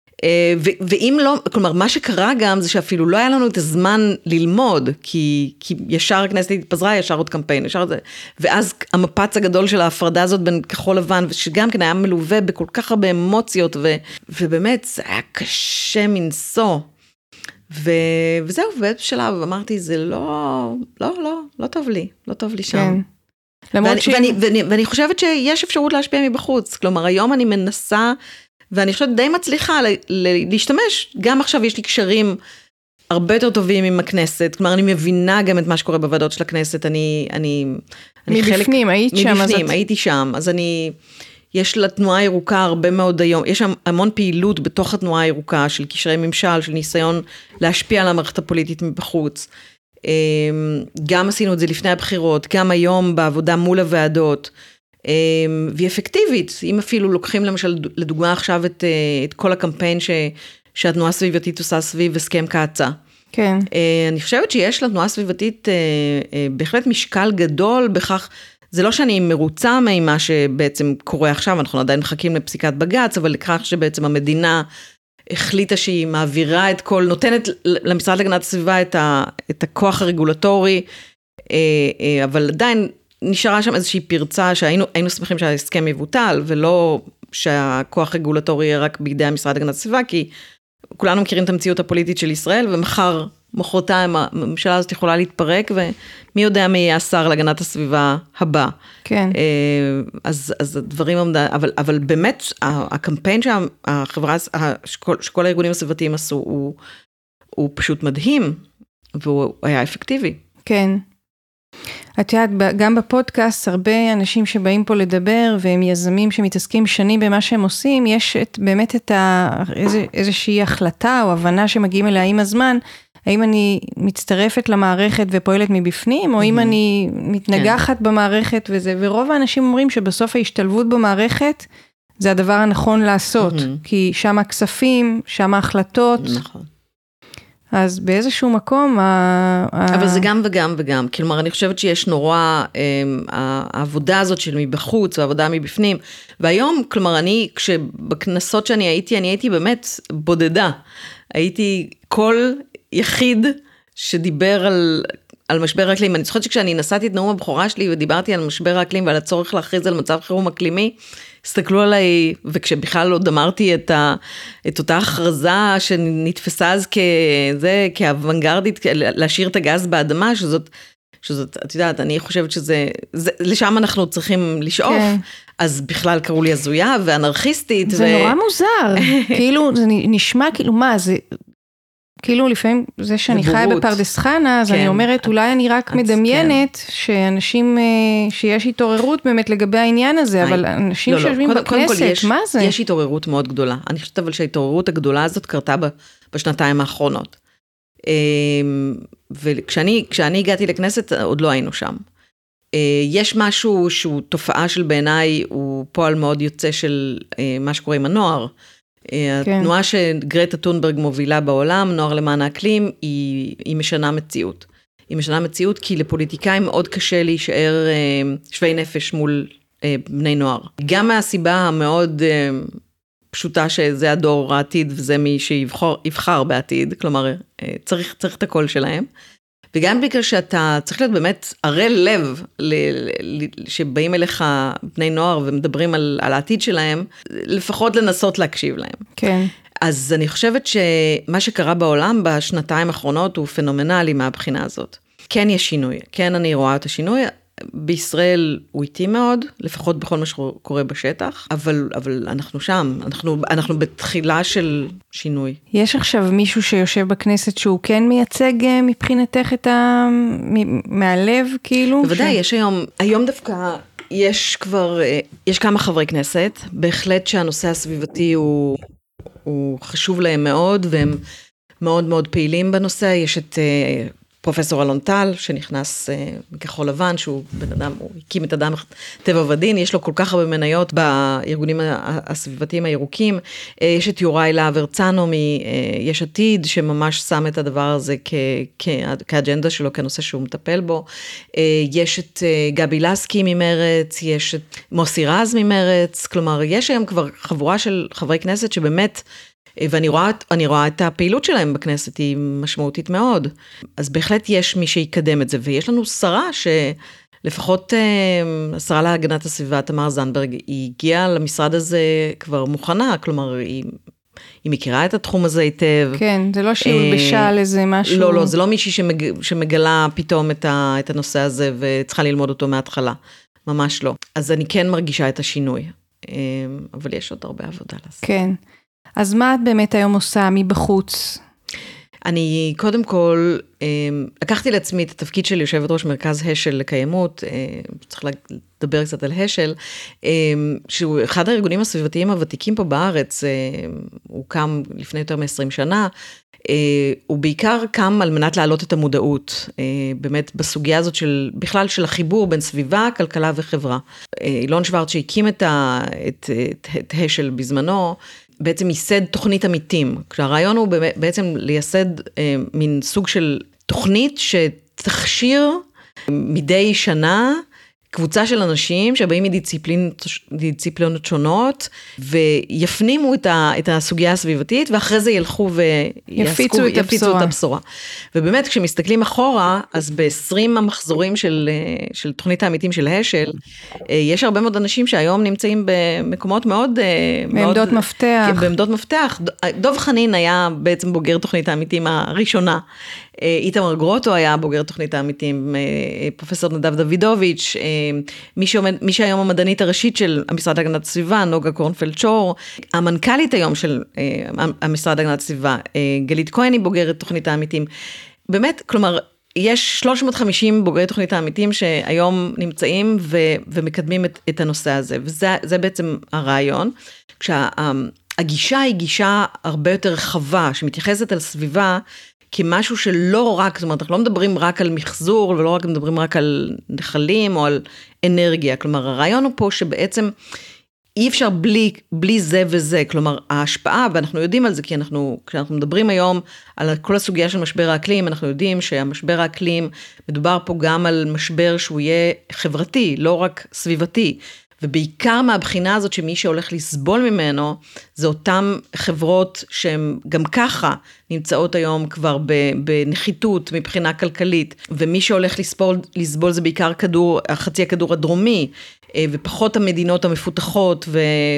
ואם לא, כלומר, מה שקרה גם זה שאפילו לא היה לנו את הזמן ללמוד, כי, כי ישר הכנסת התפזרה, ישר עוד קמפיין, ישר זה, ואז המפץ הגדול של ההפרדה הזאת בין כחול לבן, שגם כן היה מלווה בכל כך הרבה אמוציות, ו, ובאמת זה היה קשה מנסו, ו, וזהו, ובשלב אמרתי, זה לא, לא, לא, לא טוב לי, לא טוב לי שם. כן. ואני, ש... ואני, ואני, ואני חושבת שיש אפשרות להשפיע מבחוץ, כלומר, היום אני מנסה, ואני חושבת די מצליחה להשתמש, גם עכשיו יש לי קשרים הרבה יותר טובים עם הכנסת, כלומר אני מבינה גם את מה שקורה בוועדות של הכנסת, אני, אני, אני מבפנים, חלק, היית שם, מבפנים, הייתי שם, אז אני, יש לתנועה הירוקה הרבה מאוד היום, יש שם המון פעילות בתוך התנועה הירוקה, של קשרי ממשל, של ניסיון להשפיע על המערכת הפוליטית מבחוץ, גם עשינו את זה לפני הבחירות, גם היום בעבודה מול הוועדות, והיא אפקטיבית, אם אפילו לוקחים למשל לדוגמה עכשיו את, את כל הקמפיין ש, שהתנועה הסביבתית עושה סביב הסכם קצה. כן. אני חושבת שיש לתנועה הסביבתית בהחלט משקל גדול בכך, זה לא שאני מרוצה ממה שבעצם קורה עכשיו, אנחנו עדיין מחכים לפסיקת בג"ץ, אבל לכך שבעצם המדינה החליטה שהיא מעבירה את כל, נותנת למשרד להגנת הסביבה את, ה, את הכוח הרגולטורי, אבל עדיין נשארה שם איזושהי פרצה שהיינו היינו שמחים שההסכם יבוטל, ולא שהכוח רגולטורי יהיה רק בידי המשרד להגנת הסביבה, כי כולנו מכירים את המציאות הפוליטית של ישראל, ומחר, מחרתיים, הממשלה הזאת יכולה להתפרק, ומי יודע מי יהיה השר להגנת הסביבה הבא. כן. אז, אז הדברים עומדה, אבל, אבל באמת, הקמפיין שהחברה, שכל, שכל הארגונים הסביבתיים עשו, הוא, הוא פשוט מדהים, והוא היה אפקטיבי. כן. את יודעת, גם בפודקאסט, הרבה אנשים שבאים פה לדבר, והם יזמים שמתעסקים שנים במה שהם עושים, יש את, באמת את ה, איזו, איזושהי החלטה או הבנה שמגיעים אליה עם הזמן, האם אני מצטרפת למערכת ופועלת מבפנים, או אם אני מתנגחת במערכת וזה, ורוב האנשים אומרים שבסוף ההשתלבות במערכת, זה הדבר הנכון לעשות, כי שם הכספים, שם ההחלטות, נכון. אז באיזשהו מקום, אבל זה גם וגם וגם, כלומר אני חושבת שיש נורא, העבודה הזאת של מבחוץ, והעבודה מבפנים, והיום, כלומר אני, כשבכנסות שאני הייתי, אני הייתי באמת בודדה, הייתי כל יחיד שדיבר על, על משבר האקלים, אני זוכרת שכשאני נסעתי את נאום הבכורה שלי, ודיברתי על משבר האקלים, ועל הצורך להכריז על מצב חירום אקלימי, הסתכלו עליי, וכשבכלל לא דמרתי את, ה, את אותה הכרזה שנתפסה אז כזה, כאוונגרדית, להשאיר את הגז באדמה, שזאת, שזאת, את יודעת, אני חושבת שזה, זה, לשם אנחנו צריכים לשאוף, כן. אז בכלל קראו לי הזויה ואנרכיסטית. זה ו... נורא מוזר, כאילו, זה נשמע כאילו, מה, זה... כאילו לפעמים זה שאני חיה בפרדס חנה, אז אני אומרת, אולי אני רק מדמיינת שאנשים, שיש התעוררות באמת לגבי העניין הזה, אבל אנשים שיושבים בכנסת, מה זה? יש התעוררות מאוד גדולה. אני חושבת אבל שההתעוררות הגדולה הזאת קרתה בשנתיים האחרונות. וכשאני הגעתי לכנסת, עוד לא היינו שם. יש משהו שהוא תופעה של בעיניי, הוא פועל מאוד יוצא של מה שקורה עם הנוער. כן. התנועה שגרטה טונברג מובילה בעולם, נוער למען האקלים, היא, היא משנה מציאות. היא משנה מציאות כי לפוליטיקאים מאוד קשה להישאר שווי נפש מול בני נוער. גם מהסיבה המאוד פשוטה שזה הדור העתיד, וזה מי שיבחר בעתיד, כלומר, צריך, צריך את הקול שלהם. וגם בגלל שאתה צריך להיות באמת ערל לב, שבאים אליך בני נוער ומדברים על, על העתיד שלהם, לפחות לנסות להקשיב להם. כן. אז אני חושבת שמה שקרה בעולם בשנתיים האחרונות הוא פנומנלי מהבחינה הזאת. כן יש שינוי, כן אני רואה את השינוי, בישראל הוא איטי מאוד, לפחות בכל מה שקורה בשטח, אבל, אבל אנחנו שם, אנחנו, אנחנו בתחילה של שינוי. יש עכשיו מישהו שיושב בכנסת שהוא כן מייצג מבחינתך את ה... מהלב, כאילו? בוודאי, ש... יש היום, היום דווקא יש כבר, יש כמה חברי כנסת, בהחלט שהנושא הסביבתי הוא, הוא חשוב להם מאוד, והם מאוד מאוד פעילים בנושא, יש את... פרופסור אלון טל, שנכנס מכחול לבן, שהוא בן אדם, הוא הקים את אדם טבע ודין, יש לו כל כך הרבה מניות בארגונים הסביבתיים הירוקים, יש את יוראי להב הרצנו מיש עתיד, שממש שם את הדבר הזה כאג'נדה שלו, כנושא שהוא מטפל בו, יש את גבי לסקי ממרץ, יש את מוסי רז ממרץ, כלומר, יש היום כבר חבורה של חברי כנסת שבאמת, ואני רואה, אני רואה את הפעילות שלהם בכנסת, היא משמעותית מאוד. אז בהחלט יש מי שיקדם את זה, ויש לנו שרה שלפחות השרה להגנת הסביבה, תמר זנדברג, היא הגיעה למשרד הזה כבר מוכנה, כלומר, היא, היא מכירה את התחום הזה היטב. כן, זה לא שהיא הולבשה על איזה משהו. לא, לא, זה לא מישהי שמג, שמגלה פתאום את, ה, את הנושא הזה, וצריכה ללמוד אותו מההתחלה. ממש לא. אז אני כן מרגישה את השינוי, אבל יש עוד הרבה עבודה לעשות. כן. אז מה את באמת היום עושה מבחוץ? אני קודם כל, לקחתי לעצמי את התפקיד של יושבת ראש מרכז השל לקיימות, צריך לדבר קצת על השל, שהוא אחד הארגונים הסביבתיים הוותיקים פה בארץ, הוא קם לפני יותר מ-עשרים שנה, הוא בעיקר קם על מנת להעלות את המודעות, באמת בסוגיה הזאת של, בכלל של החיבור בין סביבה, כלכלה וחברה. אילון שוורץ שהקים את, את, את, את השל בזמנו, בעצם ייסד תוכנית עמיתים. כשהרעיון הוא בעצם לייסד אה, מין סוג של תוכנית שתכשיר מדי שנה קבוצה של אנשים שבאים מדיציפלינות שונות, ויפנימו את, ה, את הסוגיה הסביבתית, ואחרי זה ילכו ויפיצו את, את הבשורה. ובאמת, כשמסתכלים אחורה, אז ב-עשרים המחזורים של, של תוכנית העמיתים של השל, יש הרבה מאוד אנשים שהיום נמצאים במקומות מאוד... בעמדות מאוד, מפתח. בעמדות מפתח. דוב חנין היה בעצם בוגר תוכנית העמיתים הראשונה, איתמר גרוטו היה בוגר תוכנית העמיתים, פרופסור נדב דוידוביץ', מי, שעומד, מי שהיום המדענית הראשית של המשרד להגנת הסביבה, נוגה קורנפלד שור, המנכ"לית היום של המשרד להגנת הסביבה, גלית כהן היא בוגרת תוכנית העמיתים. באמת, כלומר, יש שלוש מאות וחמישים בוגרי תוכנית העמיתים שהיום נמצאים ו, ומקדמים את, את הנושא הזה, וזה זה בעצם הרעיון, כשהגישה היא גישה הרבה יותר רחבה, שמתייחסת על סביבה, כמשהו שלא רק, זאת אומרת, אנחנו לא מדברים רק על מחזור, ולא רק מדברים רק על נחלים, או על אנרגיה, כלומר, הרעיון הוא פה שבעצם אי אפשר בלי, בלי זה וזה, כלומר, ההשפעה, ואנחנו יודעים על זה, כי אנחנו, כשאנחנו מדברים היום על כל הסוגיה של משבר האקלים, אנחנו יודעים שהמשבר האקלים, מדובר פה גם על משבר שהוא יהיה חברתי, לא רק סביבתי, ובעיקר מהבחינה הזאת שמי שהולך לסבול ממנו, זה אותם חברות שהן גם ככה נמצאות היום כבר בנחיתות מבחינה כלכלית, ומי שהולך לסבול, לסבול זה בעיקר כדור, חצי הכדור הדרומי, ופחות המדינות המפותחות,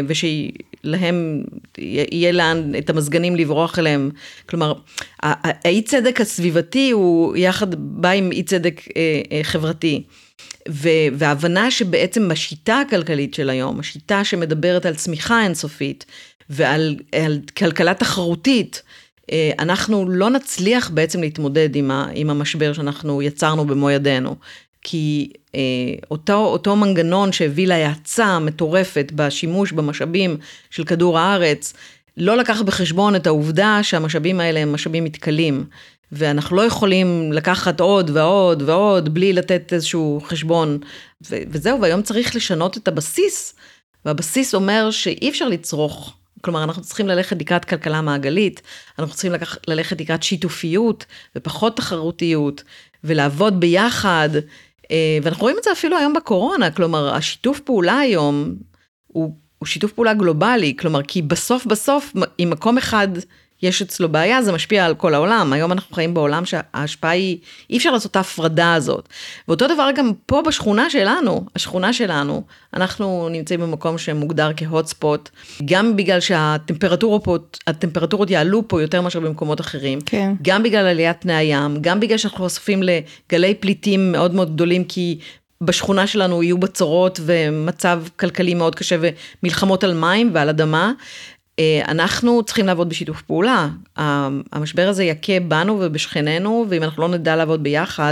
ושלהם יהיה לאן את המזגנים לברוח אליהם. כלומר, האי צדק הסביבתי הוא יחד בא עם אי צדק חברתי. וההבנה שבעצם השיטה הכלכלית של היום, השיטה שמדברת על צמיחה אינסופית, ועל על כלכלה תחרותית, אנחנו לא נצליח בעצם להתמודד עם, ה, עם המשבר שאנחנו יצרנו במו ידינו, כי אותו, אותו מנגנון שהביא להאצה מטורפת בשימוש במשאבים של כדור הארץ, לא לקח בחשבון את העובדה שהמשאבים האלה הם משאבים מתכלים, ואנחנו לא יכולים לקחת עוד ועוד ועוד, בלי לתת איזשהו חשבון, ו- וזהו, והיום צריך לשנות את הבסיס, והבסיס אומר שאי אפשר לצרוך, כלומר, אנחנו צריכים ללכת לקראת כלכלה מעגלית, אנחנו צריכים לקח, ללכת לקראת שיתופיות, ופחות תחרותיות, ולעבוד ביחד, ואנחנו רואים את זה אפילו היום בקורונה, כלומר, השיתוף פעולה היום, הוא, הוא שיתוף פעולה גלובלי, כלומר, כי בסוף בסוף, אם מקום אחד יש אצלו בעיה, זה משפיע על כל העולם. היום אנחנו חיים בעולם שההשפעה היא, אי אפשר לעשות את ההפרדה הזאת. ואותו דבר גם פה בשכונה שלנו, השכונה שלנו, אנחנו נמצאים במקום שמוגדר כהוטספוט, גם בגלל שהטמפרטורות הטמפרטורות יעלו פה יותר מאשר במקומות אחרים, כן. גם בגלל עליית פני הים, גם בגלל שאנחנו חשופים לגלי פליטים מאוד מאוד גדולים, כי בשכונה שלנו יהיו בצורות ומצב כלכלי מאוד קשה ומלחמות על מים ועל אדמה, אנחנו צריכים לעבוד בשיתוף פעולה, המשבר הזה יקה בנו ובשכננו, ואם אנחנו לא נדע לעבוד ביחד,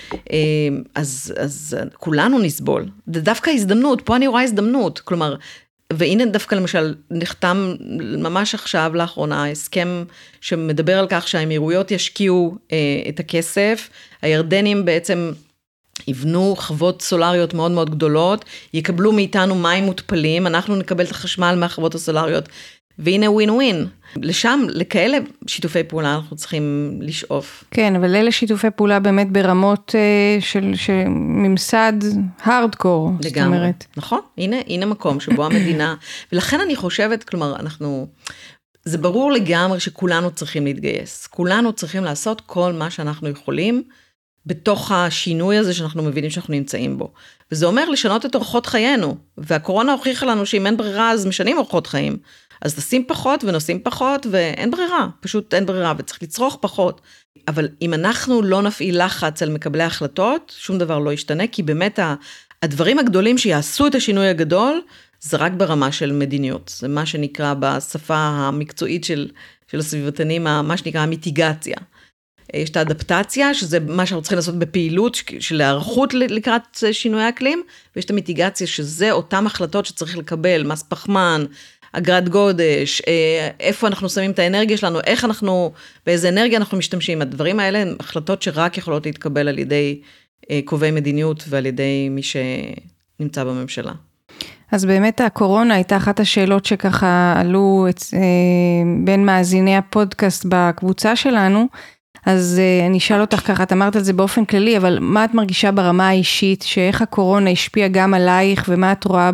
אז, אז כולנו נסבול. זה דווקא הזדמנות, פה אני רואה הזדמנות, כלומר, והנה דווקא למשל נחתם ממש עכשיו לאחרונה, הסכם שמדבר על כך שהאמירויות ישקיעו את הכסף, הירדנים בעצם יבנו חוות סולריות מאוד מאוד גדולות, יקבלו מאיתנו מים מותפלים, אנחנו נקבל את החשמל מהחוות הסולריות, והנה ווין ווין. לשם, לכאלה שיתופי פעולה אנחנו צריכים לשאוף. כן, אבל אלה שיתופי פעולה באמת ברמות uh, של, של ממסד הארדקור. לגמרי. זאת אומרת. נכון, הנה, הנה מקום שבו המדינה, ולכן אני חושבת, כלומר, אנחנו, זה ברור לגמרי שכולנו צריכים להתגייס. כולנו צריכים לעשות כל מה שאנחנו יכולים, בתוך השינוי הזה שאנחנו מבינים שאנחנו נמצאים בו. וזה אומר לשנות את אורחות חיינו, והקורונה הוכיחה לנו שאם אין ברירה, אז משנים אורחות חיים. אז נשים פחות ונוסעים פחות, ואין ברירה, פשוט אין ברירה, וצריך לצרוך פחות. אבל אם אנחנו לא נפעיל לחץ על מקבלי ההחלטות, שום דבר לא ישתנה, כי באמת הדברים הגדולים שיעשו את השינוי הגדול, זה רק ברמה של מדיניות. זה מה שנקרא בשפה המקצועית של, של הסביבתנים, מה שנקרא המיטיגציה. יש את האדפטציה, שזה מה שאנחנו צריכים לעשות בפעילות, של הערכות לקראת שינוי האקלים, ויש את המיטיגציה, שזה אותם החלטות שצריך לקבל, מס פחמן, אגרת גודש, איפה אנחנו שמים את האנרגיה שלנו, איך אנחנו, באיזה אנרגיה אנחנו משתמשים. הדברים האלה הן החלטות שרק יכולות להתקבל על ידי קובעי מדיניות, ועל ידי מי שנמצא בממשלה. אז באמת הקורונה הייתה אחת השאלות שככה עלו בין מאזיני הפודקאסט בקבוצה שלנו, אז אני אשאל אותך ככה, את אמרת על זה באופן כללי, אבל מה את מרגישה ברמה האישית, שאיך הקורונה השפיעה גם עלייך, ומה את רואה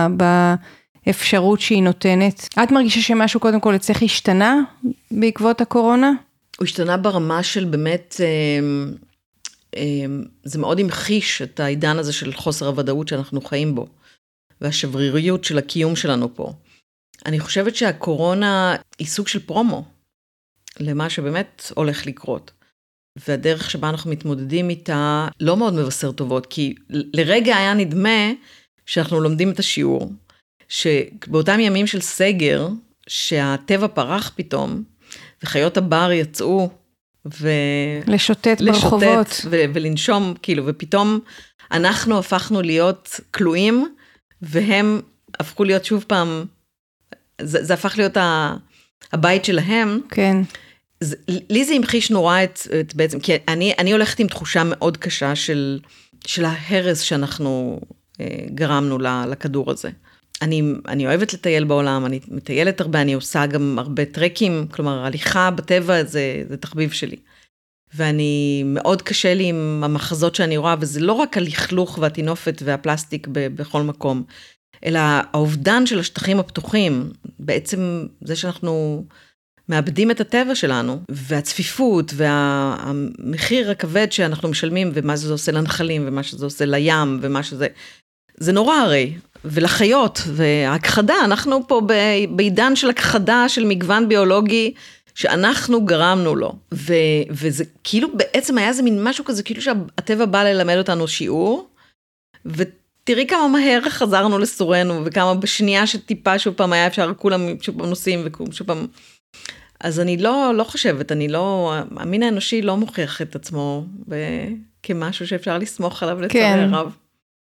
באפשרות שהיא נותנת? את מרגישה שמשהו קודם כל אצלך השתנה בעקבות הקורונה? הוא השתנה ברמה של באמת, זה מאוד המחיש את העידן הזה של חוסר הוודאות שאנחנו חיים בו, והשבריריות של הקיום שלנו פה. אני חושבת שהקורונה היא סוג של פרומו, למה שבאמת הולך לקרות. והדרך שבה אנחנו מתמודדים איתה לא מאוד מבשר טובות, כי לרגע היה נדמה שאנחנו לומדים את השיעור, שבאותם ימים של סגר, שהטבע פרח פתאום, וחיות הבר יצאו, ו... לשוטט ברחובות. ו- ולנשום, כאילו, ופתאום אנחנו הפכנו להיות כלואים, והם הפכו להיות שוב פעם, זה, זה הפך להיות ה... הבית שלהם. כן. זה, לי זה המחיש נורא את, את בעצם, כי אני, אני הולכת עם תחושה מאוד קשה של, של ההרס שאנחנו אה, גרמנו לכדור הזה. אני, אני אוהבת לטייל בעולם, אני מטיילת הרבה, אני עושה גם הרבה טרקים, כלומר, הליכה בטבע זה, זה תחביב שלי. ואני, מאוד קשה לי עם המחזות שאני רואה, וזה לא רק הלכלוך והטינופת והפלסטיק ב, בכל מקום, אלא האובדן של השטחים הפתוחים, בעצם זה שאנחנו מאבדים את הטבע שלנו, והצפיפות והמחיר הכבד שאנחנו משלמים, ומה שזה עושה לנחלים, ומה שזה עושה לים, ומה שזה, זה נורא הרי, ולחיות, והכחדה, אנחנו פה בעידן של הכחדה של מגוון ביולוגי, שאנחנו גרמנו לו, ו, וזה כאילו בעצם היה איזה מין משהו כזה, כאילו שהטבע בא ללמד אותנו שיעור, ו תראי כמה מהר חזרנו לסורנו, וכמה בשנייה שטיפה שוב פעם היה אפשר, כולם שוב פעם נוסעים, ושוב פעם... אז אני לא, לא חושבת, אני לא... המין האנושי לא מוכיח את עצמו ב... כמשהו שאפשר לסמוך עליו לצערי הרב.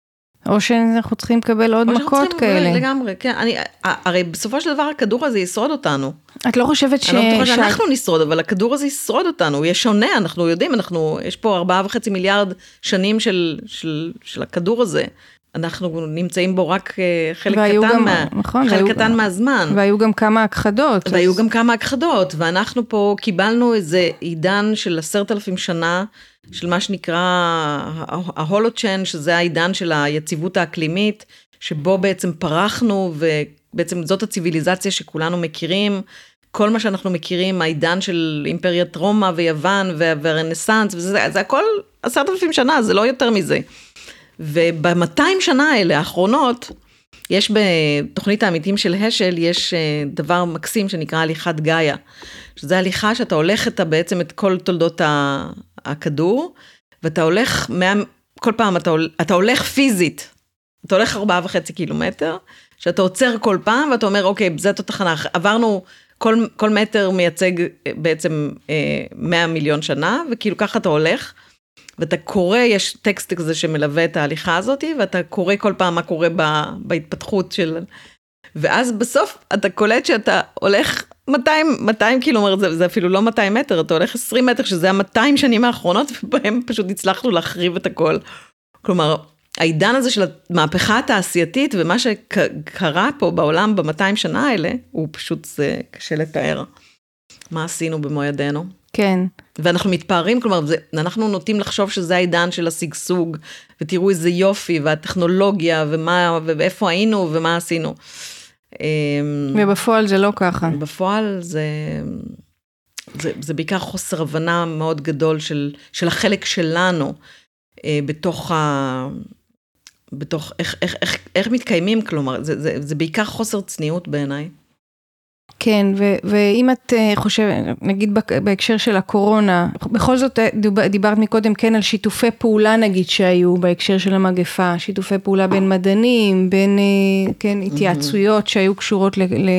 או שאנחנו צריכים לקבל עוד מכות כאלה. לגמרי, כן. אני, הרי בסופו של דבר הכדור הזה ישרוד אותנו. את לא חושבת ש... אני לא חושבת שאנחנו נשרוד, אבל הכדור הזה ישרוד אותנו, הוא יהיה שונה, אנחנו יודעים, אנחנו, יש פה ארבעה וחצי מיליארד שנים של, של, של הכדור הזה. אנחנו נמצאים בו רק חלק קטן, גם, מה, נכון, חלק והיו, קטן מהזמן. והיו גם כמה הכחדות. והיו אז... גם כמה הכחדות, ואנחנו פה קיבלנו איזה עידן של עשרת אלפים שנה, של מה שנקרא ההולוצ'ן, שזה העידן של היציבות האקלימית, שבו בעצם פרחנו, ובעצם זאת הציביליזציה שכולנו מכירים, כל מה שאנחנו מכירים, העידן של אימפריית רומא ויוון והרנסנס, וזה זה הכל עשרת אלפים שנה, זה לא יותר מזה. ובמאתיים שנה האלה, האחרונות, יש בתוכנית העמיתים של השל, יש דבר מקסים שנקרא הליכת גאיה, שזה הליכה שאתה הולך אתה בעצם את כל תולדות הכדור, ואתה הולך, כל פעם אתה, אתה הולך פיזית, אתה הולך ארבעה וחצי קילומטר, שאתה עוצר כל פעם, ואתה אומר, אוקיי, זאת התחנה, עברנו, כל, כל מטר מייצג בעצם מאה מיליון שנה, וכאילו ככה אתה הולך, ואתה קורא, יש טקסט כזה שמלווה את ההליכה הזאת, ואתה קורא כל פעם מה קורה בהתפתחות של... ואז בסוף אתה קולט שאתה הולך מאתיים, מאתיים קילומטר, זה, זה אפילו לא מאתיים מטר, אתה הולך עשרים מטר, שזה ה-מאתיים שנים האחרונות, ובהם פשוט הצלחנו להחריב את הכל. כלומר, העידן הזה של המהפכה התעשייתית, ומה שקרה פה בעולם ב-מאתיים שנה האלה, הוא פשוט, זה קשה לתאר. מה עשינו במו ידינו? כן. ואנחנו מתפארים, כלומר, זה, אנחנו נוטים לחשוב שזה העידן של הסגסוג, ותראו איזה יופי, והטכנולוגיה, ומה, ואיפה היינו, ומה עשינו. ובפועל זה לא ככה. בפועל זה, זה, זה בעיקר חוסר הבנה מאוד גדול של, של החלק שלנו, בתוך ה... בתוך, איך, איך, איך, איך מתקיימים, כלומר, זה, זה, זה בעיקר חוסר צניעות בעיניי. כן, ו- ואם את חושבת, נגיד בהקשר של הקורונה, בכל זאת דיברת מקודם כן על שיתופי פעולה נגיד שהיו בהקשר של המגפה, שיתופי פעולה בין מדענים, בין כן, התייעצויות שהיו קשורות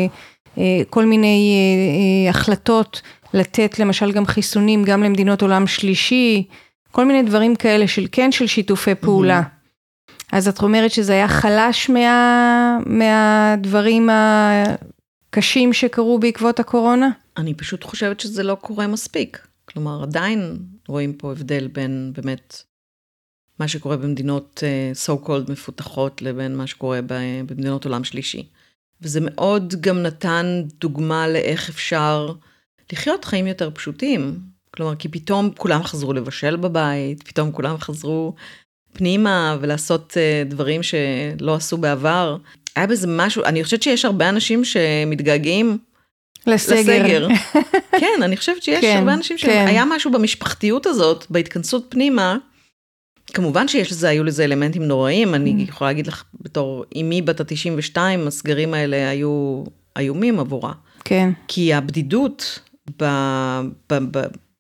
לכל מיני החלטות, לתת למשל גם חיסונים, גם למדינות עולם שלישי, כל מיני דברים כאלה של כן של שיתופי פעולה. אז את אומרת שזה היה חלש מה, מהדברים ה... קשים שקרו בעקבות הקורונה? אני פשוט חושבת שזה לא קורה מספיק. כלומר, עדיין רואים פה הבדל בין באמת מה שקורה במדינות so called מפותחות לבין מה שקורה במדינות עולם שלישי. וזה מאוד גם נתן דוגמה לאיך אפשר לחיות חיים יותר פשוטים. כלומר, כי פתאום כולם חזרו לבשל בבית, פתאום כולם חזרו פנימה ולעשות דברים שלא עשו בעבר. היה בזה משהו, אני חושבת שיש הרבה אנשים שמתגעגעים לסגר. לסגר. כן, אני חושבת שיש כן, הרבה אנשים כן. שהיה משהו במשפחתיות הזאת, בהתכנסות פנימה, כמובן שיש לזה, היו לזה אלמנטים נוראים, אני יכולה להגיד לך, בתור אימי בת ה-תשעים ושתיים, הסגרים האלה היו איומים עבורה. כן. כי הבדידות, ב, ב, ב,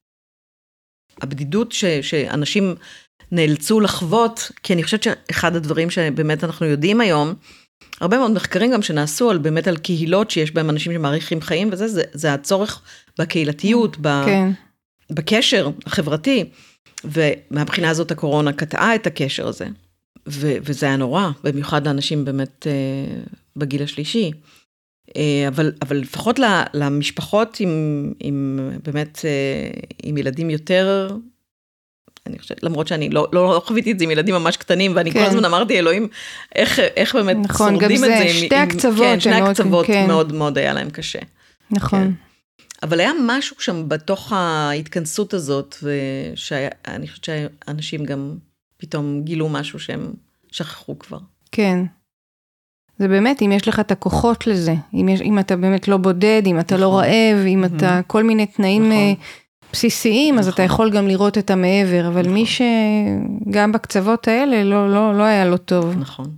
הבדידות ש, שאנשים נאלצו לחוות, כי אני חושבת שאחד הדברים שבאמת אנחנו יודעים היום, הרבה מאוד מחקרים גם שנעשו על באמת על קהילות שיש בהם אנשים שמעריכים חיים, וזה זה, זה הצורך בקהילתיות, ב, כן. בקשר החברתי, ומהבחינה הזאת הקורונה קטעה את הקשר הזה, ו, וזה היה נורא, במיוחד לאנשים באמת אה, בגיל השלישי, אה, אבל, אבל לפחות למשפחות עם, עם באמת אה, עם ילדים יותר, אני חושבת, למרות שאני לא, לא, לא חוויתי את זה עם ילדים ממש קטנים, ואני כן. כל הזמן אמרתי, אלוהים, איך, איך באמת נכון, שורדים את זה. נכון, גם זה, שתי עם, הקצוות. כן, שני הקצוות כן. מאוד מאוד היה להם קשה. נכון. כן. אבל היה משהו שם בתוך ההתכנסות הזאת, ושאני חושבת שאנשים גם פתאום גילו משהו שהם שכחו כבר. כן. זה באמת, אם יש לך את הכוחות לזה, אם, יש, אם אתה באמת לא בודד, אם אתה נכון. לא רעב, אם mm-hmm. אתה כל מיני תנאים נכון. בסיסיים, נכון. אז אתה יכול גם לראות את המעבר, אבל נכון. מי שגם בקצוות האלה לא, לא, לא היה לו טוב. נכון.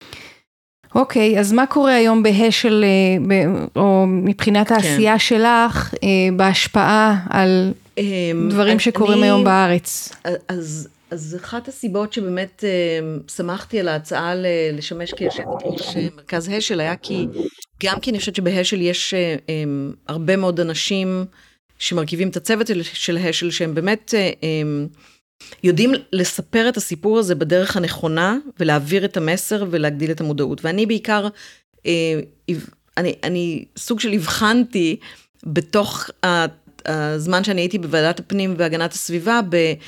אוקיי, אז מה קורה היום בהשל, או מבחינת העשייה כן. שלך, בהשפעה על דברים שקורים אני, היום בארץ? אז, אז אחת הסיבות שבאמת שמחתי על ההצעה לשמש כיושבת ראש מרכז השל, היה כי גם כי אני חושבת שבהשל יש הרבה מאוד אנשים שמרכיבים את הצוות של השל, שהם באמת יודעים לספר את הסיפור הזה בדרך הנכונה, ולהעביר את המסר ולהגדיל את המודעות. ואני בעיקר, אני, אני סוג של הבחנתי בתוך הזמן שאני הייתי בוועדת הפנים והגנת הסביבה,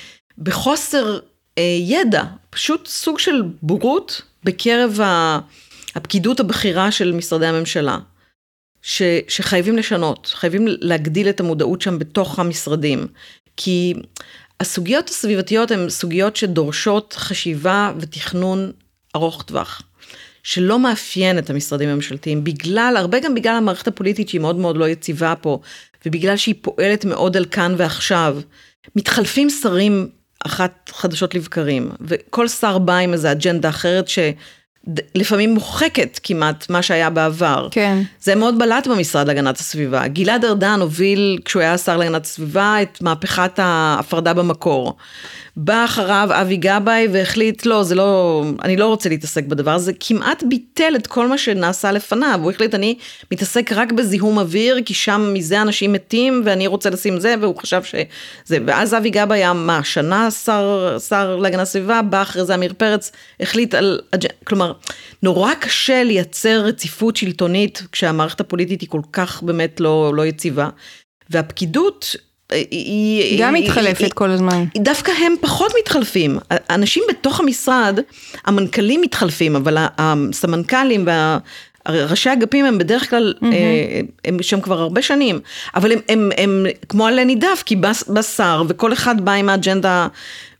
בחוסר ידע, פשוט סוג של בורות בקרב הפקידות הבכירה של משרדי הממשלה, ש, שחייבים לשנות, חייבים להגדיל את המודעות שם בתוך המשרדים, כי הסוגיות הסביבתיות הן סוגיות שדורשות חשיבה ותכנון ארוך טווח, שלא מאפיין את המשרדים הממשלתיים, בגלל, הרבה גם בגלל המערכת הפוליטית שהיא מאוד מאוד לא יציבה פה, ובגלל שהיא פועלת מאוד על כאן ועכשיו, מתחלפים שרים אחת חדשות לבקרים, וכל שר בא עם איזו אג'נדה אחרת שלפעמים מוחקת כמעט מה שהיה בעבר. כן. זה מאוד בלט במשרד להגנת הסביבה. גלעד ארדן הוביל, כשהוא היה שר להגנת הסביבה, את מהפכת ההפרדה במקור. בא אחריו אבי גבאי והחליט, לא, זה לא, אני לא רוצה להתעסק בדבר הזה, כמעט ביטל את כל מה שנעשה לפניו, הוא החליט, אני מתעסק רק בזיהום אוויר, כי שם מזה אנשים מתים, ואני רוצה לשים זה, והוא חשב שזה, ואז אבי גבאי היה מה, שנה שר, שר להגנת הסביבה, בא אחרי זה אמיר פרץ, החליט על, כלומר, נורא קשה לייצר רציפות שלטונית, כשהמערכת הפוליטית היא כל כך באמת לא, לא יציבה, והפקידות, היא גם מתחלפת כל הזמן. דווקא הם פחות מתחלפים. אנשים בתוך המשרד, המנכ"לים מתחלפים, אבל הסמנכ"לים והראשי אגפים הם בדרך כלל, הם שם כבר הרבה שנים, אבל הם, הם, הם כמו עלה נידף, כי בשר, וכל אחד בא עם האג'נדה,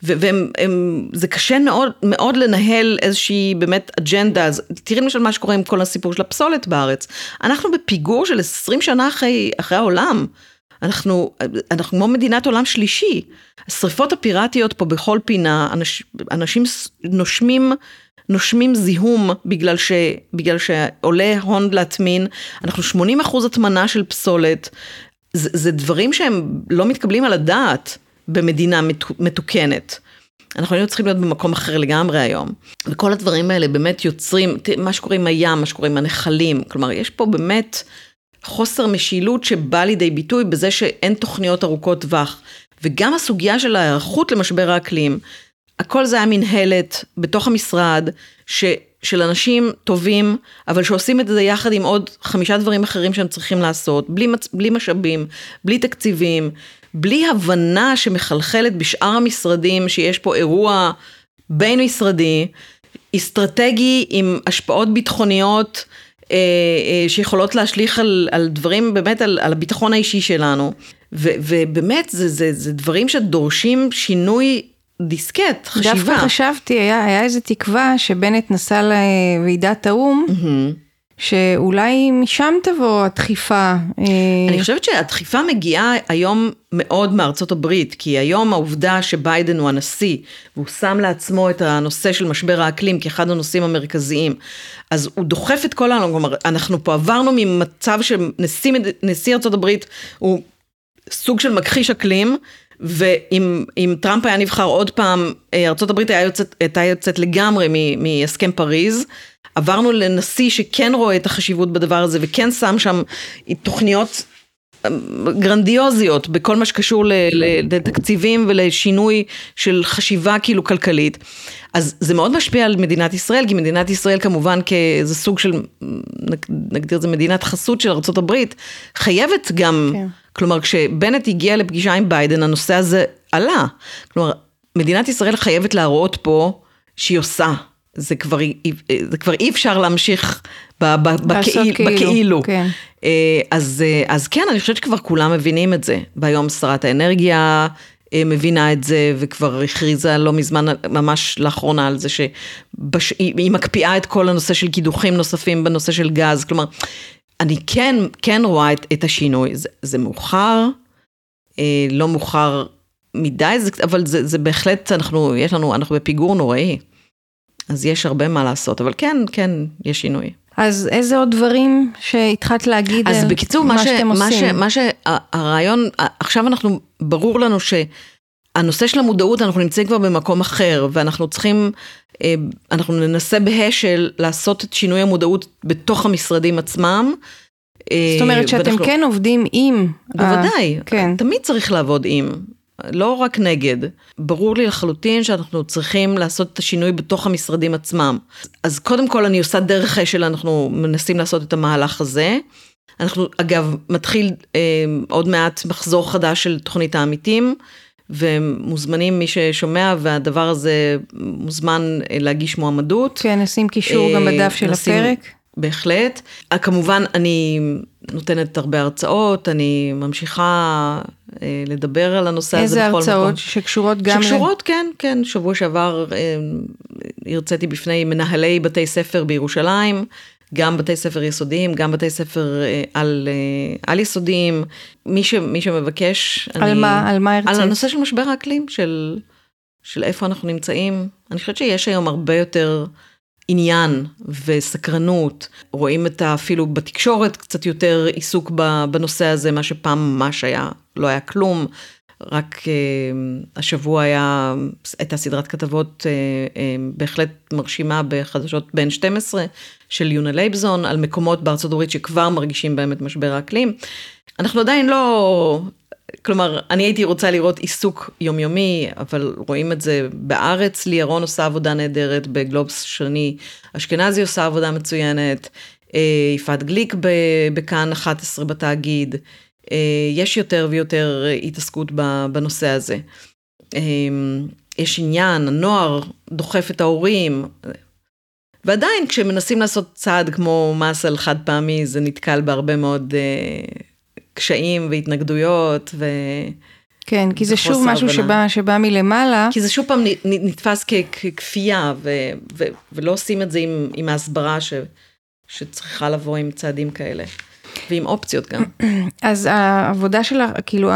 וזה קשה מאוד, מאוד לנהל איזושהי באמת אג'נדה. אז תראי למשל מה שקורה עם כל הסיפור של הפסולת בארץ. אנחנו בפיגור של עשרים שנה אחרי, אחרי העולם. אנחנו, אנחנו כמו מדינת עולם שלישי. השריפות הפיראטיות פה בכל פינה, אנש, אנשים נושמים, נושמים זיהום בגלל ש, בגלל שעולה הון להטמין. אנחנו שמונים אחוז הטמנה של פסולת. זה, זה דברים שהם לא מתקבלים על הדעת במדינה מתוקנת. אנחנו היינו צריכים להיות במקום אחר לגמרי היום. וכל הדברים האלה באמת יוצרים, מה שקורה עם הים, מה שקורה עם הנחלים. כלומר, יש פה באמת חוסר משילות שבא לידי ביטוי בזה שאין תוכניות ארוכות טווח, וגם הסוגיה של ההיערכות למשבר האקלים, הכל זה היה מנהלת בתוך המשרד, ש, של אנשים טובים, אבל שעושים את זה יחד עם עוד חמישה דברים אחרים שהם צריכים לעשות, בלי, בלי משאבים, בלי תקציבים, בלי הבנה שמחלחלת בשאר המשרדים, שיש פה אירוע בין משרדי, אסטרטגי עם השפעות ביטחוניות, שיכולות להשליך על, על דברים, באמת על, על הביטחון האישי שלנו, ו, ובאמת זה, זה, זה דברים שדורשים שינוי דיסקט, חשיבה. דווקא חשבתי, היה, היה איזו תקווה שבנט נסע לוועידת האום, mm-hmm. שאולי משם תבוא הדחיפה. אני חושבת שהדחיפה מגיעה היום מאוד מארצות הברית, כי היום העובדה שביידן הוא הנשיא, והוא שם לעצמו את הנושא של משבר האקלים, כאחד הנושאים המרכזיים, אז הוא דוחף את כל העולם, כלומר, אנחנו פה עברנו ממצב שנשיא ארצות הברית, הוא סוג של מכחיש אקלים, ואם טראמפ היה נבחר עוד פעם, ארצות הברית הייתה יוצאת לגמרי מהסכם פריז, עברנו לנשיא שכן רואה את החשיבות בדבר הזה, וכן שם שם תוכניות גרנדיוזיות, בכל מה שקשור לתקציבים ולשינוי של חשיבה כאילו כלכלית. אז זה מאוד משפיע על מדינת ישראל, כי מדינת ישראל כמובן כאיזה סוג של, נגדיר זה מדינת חסות של ארצות הברית, חייבת גם, כן. כלומר כשבנט הגיע לפגישה עם ביידן, הנושא הזה עלה. כלומר, מדינת ישראל חייבת להראות פה שהיא עושה. זה כבר, זה כבר אי אפשר להמשיך בכאילו. בכאילו. כן. אז, אז כן, אני חושבת שכבר כולם מבינים את זה. והיום שרת האנרגיה מבינה את זה, וכבר הכריזה לא מזמן, ממש לאחרונה על זה, שהיא מקפיאה את כל הנושא של קידוחים נוספים בנושא של גז. כלומר, אני כן, כן רואה את, את השינוי. זה, זה מאוחר, לא מאוחר מדי, אבל זה, זה בהחלט, אנחנו, יש לנו, אנחנו בפיגור נוראי. אז יש הרבה מה לעשות, אבל כן, כן, יש שינוי. אז איזה עוד דברים שהתחלת להגיד אז בקיצור, מה, ש, מה, ש, מה שהרעיון, עכשיו אנחנו, ברור לנו שהנושא של המודעות, אנחנו נמצאים כבר במקום אחר, ואנחנו צריכים, אנחנו ננסה בהשל לעשות את שינוי המודעות בתוך המשרדים עצמם. זאת אומרת שאתם ואנחנו, כן עובדים עם. בוודאי, כן. תמיד צריך לעבוד עם. לא רק נגד, ברור לי לחלוטין שאנחנו צריכים לעשות את השינוי בתוך המשרדים עצמם. אז קודם כל אני עושה דרך אשל, אנחנו מנסים לעשות את המהלך הזה. אנחנו אגב מתחיל אה, עוד מעט מחזור חדש של תוכנית העמיתים, ומוזמנים מי ששומע, והדבר הזה מוזמן להגיש מועמדות. כן, נשים קישור גם בדף של הפרק. בהחלט. כמובן, אני נותנת הרבה הרצאות, אני ממשיכה לדבר על הנושא הזה בכל מקום. איזה הרצאות שקשורות גם... שקשורות, כן, כן. שבוע שעבר הרציתי בפני מנהלי בתי ספר בירושלים, גם בתי ספר יסודיים, גם בתי ספר על, על יסודיים. מי, ש, מי שמבקש... על אני, מה? על מה הרצית? על הנושא של משבר האקלים, של, של איפה אנחנו נמצאים. אני חושבת שיש היום הרבה יותר עניין וסקרנות. רואים את אפילו בתקשורת קצת יותר עיסוק בנושא הזה, מה שפעם ממש היה, לא היה כלום. רק uh, השבוע היה, הייתה סדרת כתבות uh, uh, בהחלט מרשימה בחדשות בין שתים עשרה של יונה לייבזון, על מקומות בארצות הברית שכבר מרגישים בהם את משבר האקלים. אנחנו עדיין לא, כלומר, אני הייתי רוצה לראות עיסוק יומיומי, אבל רואים את זה בארץ, לירון עושה עבודה נהדרת, בגלובס שני, אשכנזי עושה עבודה מצוינת, uh, יפעת גליק בכאן אחת עשרה בתאגיד, יש יותר ויותר התעסקות בנושא הזה. יש עניין, הנוער דוחף את ההורים, ועדיין כשמנסים לעשות צעד כמו מס על חד פעמי, זה נתקל בהרבה מאוד קשיים והתנגדויות. ו... כן, כי זה שוב משהו שבא, שבא מלמעלה. כי זה שוב פעם נתפס ככפייה, ו... ו... ולא עושים את זה עם, עם ההסברה ש... שצריכה לבוא עם צעדים כאלה. ועם אופציות גם. אז העבודה שלך, כאילו,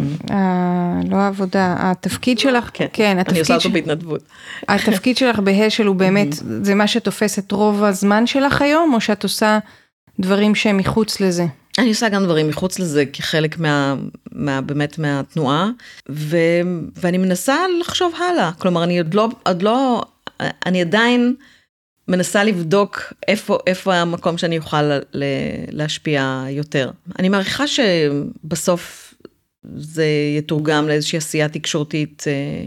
לא העבודה, התפקיד שלך, כן, אני עושה אותו בהתנדבות. התפקיד שלך בהשל הוא באמת, זה מה שתופס את רוב הזמן שלך היום, או שאת עושה דברים שהם מחוץ לזה? אני עושה גם דברים מחוץ לזה, כחלק באמת מהתנועה, ואני מנסה לחשוב הלאה. כלומר, אני עוד לא, עוד לא, אני עדיין מנסה לבדוק איפה, איפה המקום שאני אוכל להשפיע יותר. אני מעריכה שבסוף זה יתורגם לאיזושהי עשייה תקשורתית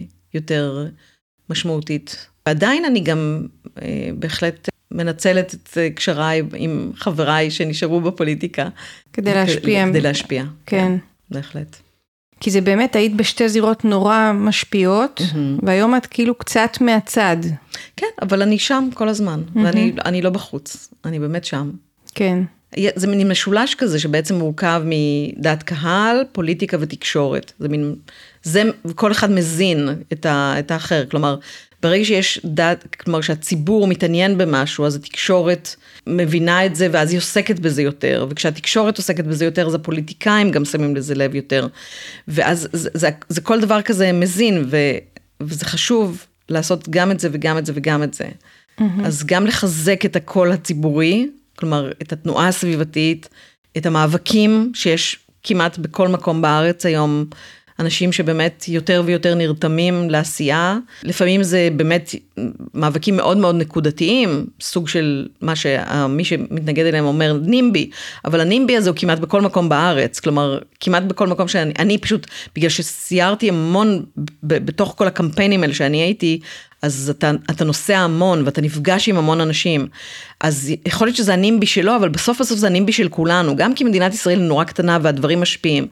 יותר משמעותית. ועדיין אני גם בהחלט מנצלת את קשריי עם חבריי שנשארו בפוליטיקה. כדי להשפיע. כדי להשפיע. כן. בהחלט. כי זה באמת, היית בשתי זירות נורא משפיעות, mm-hmm. והיום את כאילו קצת מהצד. כן, אבל אני שם כל הזמן, mm-hmm. ואני אני לא בחוץ, אני באמת שם. כן. זה מין משולש כזה, שבעצם מורכב מדעת קהל, פוליטיקה ותקשורת. זה מין, זה, כל אחד מזין את, ה, את האחר, כלומר, ברגע שיש דעת, כלומר שהציבור מתעניין במשהו, אז התקשורת מבינה את זה, ואז היא עוסקת בזה יותר, וכשהתקשורת עוסקת בזה יותר, אז הפוליטיקאים גם שמים לזה לב יותר, ואז זה, זה, זה כל דבר כזה מזין, ו, וזה חשוב לעשות גם את זה, וגם את זה, וגם את זה. Mm-hmm. אז גם לחזק את הקול הציבורי, כלומר, את התנועה הסביבתית, את המאבקים שיש כמעט בכל מקום בארץ היום, אנשים שבאמת יותר ויותר נרתמים לעשייה, לפעמים זה באמת מאבקים מאוד מאוד נקודתיים, סוג של מה שמי שמתנגד אליהם אומר נימבי, אבל הנימבי הזה הוא כמעט בכל מקום בארץ, כלומר, כמעט בכל מקום שאני, אני פשוט, בגלל שסיירתי המון בתוך כל הקמפיינים האלה שאני הייתי, אז אתה, אתה נוסע המון, ואתה נפגש עם המון אנשים, אז יכול להיות שזה הנימבי שלו, אבל בסוף בסוף זה הנימבי של כולנו, גם כי מדינת ישראל נורא קטנה, והדברים משפיעים.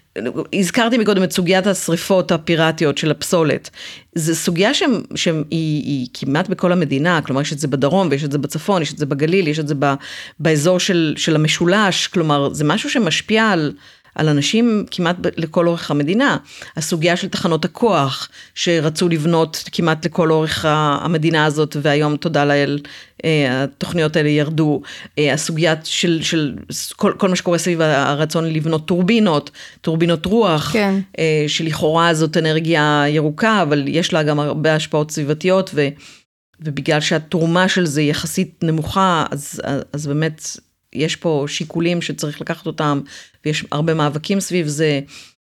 הזכרתי מקודם את סוגיית השריפות הפיראטיות של הפסולת, זו סוגיה שהיא היא כמעט בכל המדינה, כלומר יש את זה בדרום, ויש את זה בצפון, יש את זה בגליל, יש את זה באזור של, של המשולש, כלומר זה משהו שמשפיע על, על אנשים כמעט לכל אורך המדינה. הסוגיה של תחנות הכוח, שרצו לבנות כמעט לכל אורך המדינה הזאת, והיום תודה לאל, התוכניות האלה ירדו. הסוגיה של, של כל, כל מה שקורה סביב הרצון לבנות טורבינות, טורבינות רוח, כן. שלכאורה זאת אנרגיה ירוקה, אבל יש לה גם הרבה השפעות סביבתיות, ו, ובגלל שהתרומה של זה יחסית נמוכה, אז, אז באמת יש פה שיקולים שצריך לקחת אותם, ויש הרבה מאבקים סביב זה,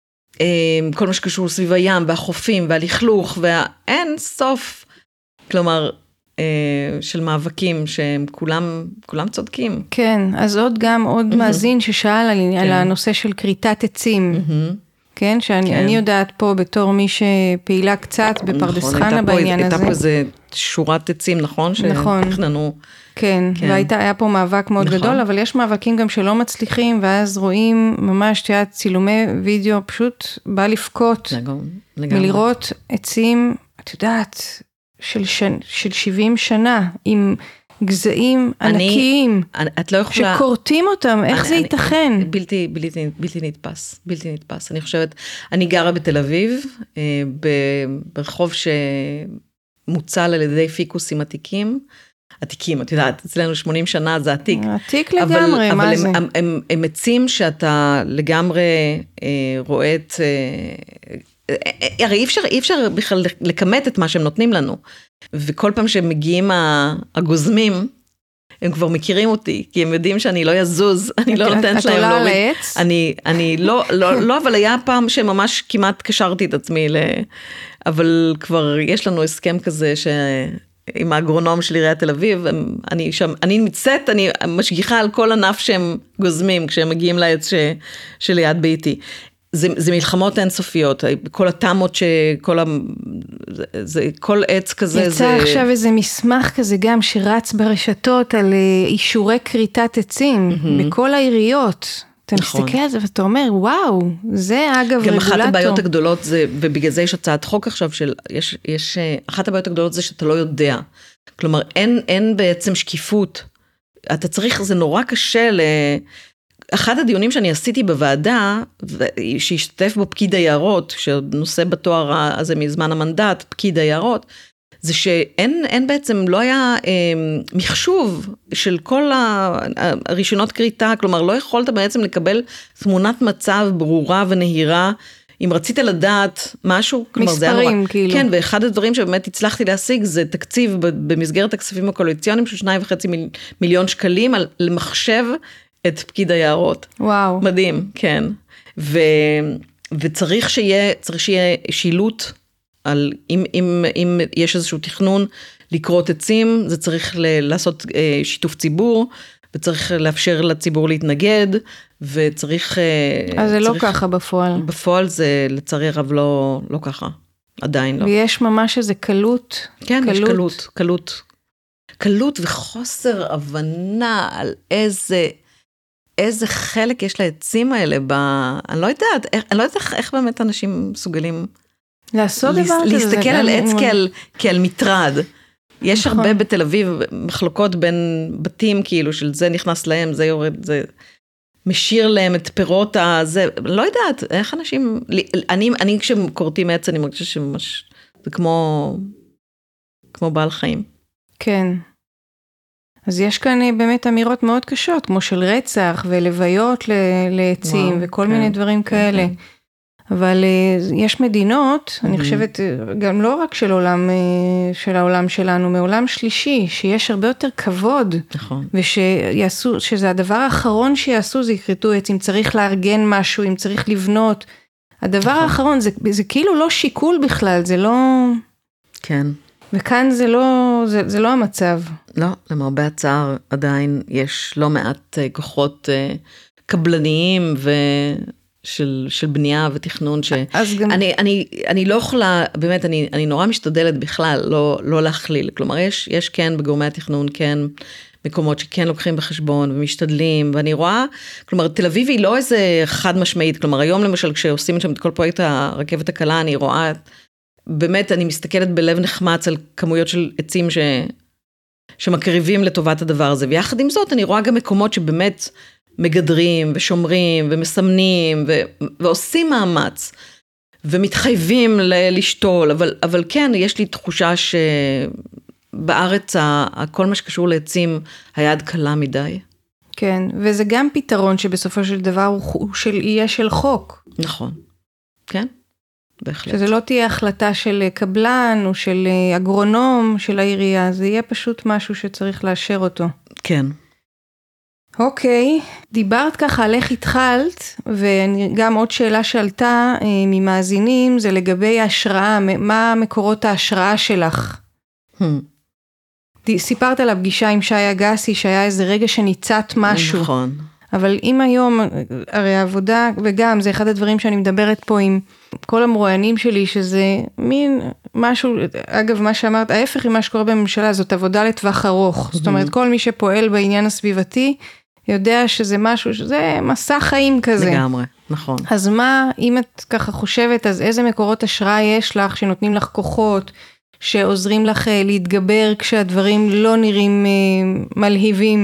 כל מה שקשור סביב הים, והחופים, והלכלוך, ואין סוף, כלומר, של מאבקים שהם כולם, כולם צודקים. כן, אז עוד גם עוד מאזין ששאל על, על הנושא של כריתת עצים. כן? שאני כן. אני יודעת פה בתור מי שפעילה קצת בפרדס נכון, חנה בעניין הייתה הזה. פה איזה שורת עצים, נכון? נכון. שתכננו. כן, כן. והיה פה מאבק מאוד נכון. גדול, אבל יש מאבקים גם שלא מצליחים, ואז רואים ממש תהיה צילומי וידאו, פשוט בא לפקוט, לגמרי. מלראות עצים, את יודעת, של, שנ, של שבעים שנה, עם גזעים אני, ענקיים, אני, את לא יכולה... שקורטים אותם, איך אני, זה אני, ייתכן? אני, בלתי, בלתי, בלתי נתפס, בלתי נתפס. אני חושבת, אני גרה בתל אביב, אה, ברחוב שמוצל על ידי פיקוסים עתיקים, עתיקים, את יודעת, אצלנו שמונים שנה זה עתיק. עתיק לגמרי, אבל, מה אבל זה? הם, הם, הם, הם עצים שאתה לגמרי אה, רואה את... אה, הרי אי אפשר, אי אפשר בכלל לקמת את מה שהם נותנים לנו. וכל פעם שמגיעים הגוזמים, הם כבר מכירים אותי, כי הם יודעים שאני לא יזוז, אני לא נותנת להם להוריד. את עולה על העץ? אני, אני לא, לא, לא, אבל היה פעם שממש כמעט קשרתי את עצמי, ל... אבל כבר יש לנו הסכם כזה ש... עם האגרונום של עיריית תל אביב, אני שם, אני מצאת, אני משגיחה על כל ענף שהם גוזמים, כשהם מגיעים לעץ ש... שליד ביתי. זה, זה מלחמות אינסופיות, כל התאמות שכל ה... זה, זה, כל עץ כזה יצא זה... יצא עכשיו איזה מסמך כזה גם שרץ ברשתות על אישורי כריתת עצים, mm-hmm. בכל העיריות. אתה נכון. מסתכל על זה ואתה אומר, וואו, זה אגב רגולטור. גם אחת הבעיות הגדולות זה, ובגלל זה יש הצעת חוק עכשיו של, יש, יש, אחת הבעיות הגדולות זה שאתה לא יודע. כלומר, אין, אין בעצם שקיפות. אתה צריך, זה נורא קשה ל... אחד הדיונים שאני עשיתי בוועדה, שהשתתף בו פקיד היערות, שנושא בתואר הזה מזמן המנדט, פקיד היערות, זה שאין אין בעצם, לא היה אה, מחשוב של כל הראשונות קריטה, כלומר לא יכולת בעצם לקבל תמונת מצב ברורה ונהירה, אם רצית לדעת משהו, כלומר זה היה נורא. מספרים כאילו. כן, ואחד הדברים שבאמת הצלחתי להשיג, זה תקציב במסגרת הכספים הקואליציוניים, של שניים וחצי מיל, מיליון שקלים, על למחשב את פקיד היערות. וואו. מדהים, כן. ו, וצריך שיהיה, צריך שיהיה שילוט, על אם, אם, אם יש איזשהו תכנון לקרות עצים, זה צריך ל, לעשות אה, שיתוף ציבור, וצריך לאפשר לציבור להתנגד, וצריך... אז זה צריך, לא ככה בפועל. בפועל זה לצערי הרב לא, לא ככה, עדיין לא. ויש ממש איזה קלות. כן, קלות. יש קלות, קלות. קלות וחוסר הבנה על איזה... איזה חלק יש לעצים האלה, ב... אני לא יודעת, אני לא יודעת איך, איך באמת אנשים מסוגלים... לעשות דבר כזה. להסתכל על עץ כעל, כעל מטרד. יש נכון. הרבה בתל אביב מחלוקות בין בתים, כאילו, של זה נכנס להם, זה יורד, זה משאיר להם את פירות הזה, לא יודעת, איך אנשים... אני, אני כשקוראים עץ, אני מרגישה שממש... זה כמו... כמו בעל חיים. כן. אז יש כאן באמת אמירות מאוד קשות, כמו של רצח ולוויות לעצים, וואו, וכל כן, מיני דברים כן, כאלה. כן. אבל יש מדינות, mm-hmm. אני חושבת, גם לא רק של עולם, של העולם שלנו, מעולם שלישי, שיש הרבה יותר כבוד, נכון. ושיעשו, שזה הדבר האחרון שיעשו, זה יקרטו עץ, אם צריך לארגן משהו, אם צריך לבנות. הדבר נכון. האחרון, זה, זה כאילו לא שיקול בכלל, זה לא... כן. וכאן זה לא, זה, זה לא המצב. לא, למרבה הצער עדיין יש לא מעט כוחות קבלניים ושל של בנייה ותכנון ש... אז גם... אני, אני, אני לא יכולה, באמת, אני, אני נורא משתדלת בכלל לא, לא להכליל. כלומר, יש, יש כן בגורמי התכנון, כן מקומות שכן לוקחים בחשבון ומשתדלים, ואני רואה, כלומר, תל אביב היא לא איזה חד משמעית, כלומר, היום למשל, כשעושים שם את כל פרויקט הרכבת הקלה, אני רואה... באמת אני מסתכלת בלב נחמץ על כמויות של עצים ש... שמקריבים לטובת הדבר הזה, ויחד עם זאת אני רואה גם מקומות שבאמת מגדרים ושומרים ומסמנים ו... ועושים מאמץ, ומתחייבים ל... לשתול, אבל, אבל כן, יש לי תחושה שבארץ ה... כל מה שקשור לעצים היד קלה מדי. כן, וזה גם פתרון שבסופו של דבר הוא של... יהיה של חוק. נכון, כן. בהחלט. שזה לא תהיה החלטה של קבלן או של אגרונום של העירייה, זה יהיה פשוט משהו שצריך לאשר אותו. כן. אוקיי, דיברת ככה על איך התחלת, וגם עוד שאלה שעלתה ממאזינים, זה לגבי ההשראה, מה מקורות ההשראה שלך? Hmm. סיפרת על הפגישה עם שי אגסי, שהיה איזה רגע שניצת משהו. נכון. אבל אם היום, הרי העבודה, וגם זה אחד הדברים שאני מדברת פה עם כל המרואיינים שלי, שזה מין משהו, אגב מה שאמרת, ההפך עם מה שקורה בממשלה, זאת עבודה לטווח ארוך, זאת אומרת כל מי שפועל בעניין הסביבתי, יודע שזה משהו, שזה מסע חיים כזה. לגמרי, נכון. אז מה, אם את ככה חושבת, אז איזה מקורות השראה יש לך, שנותנים לך כוחות, שעוזרים לך להתגבר, כשהדברים לא נראים מלהיבים?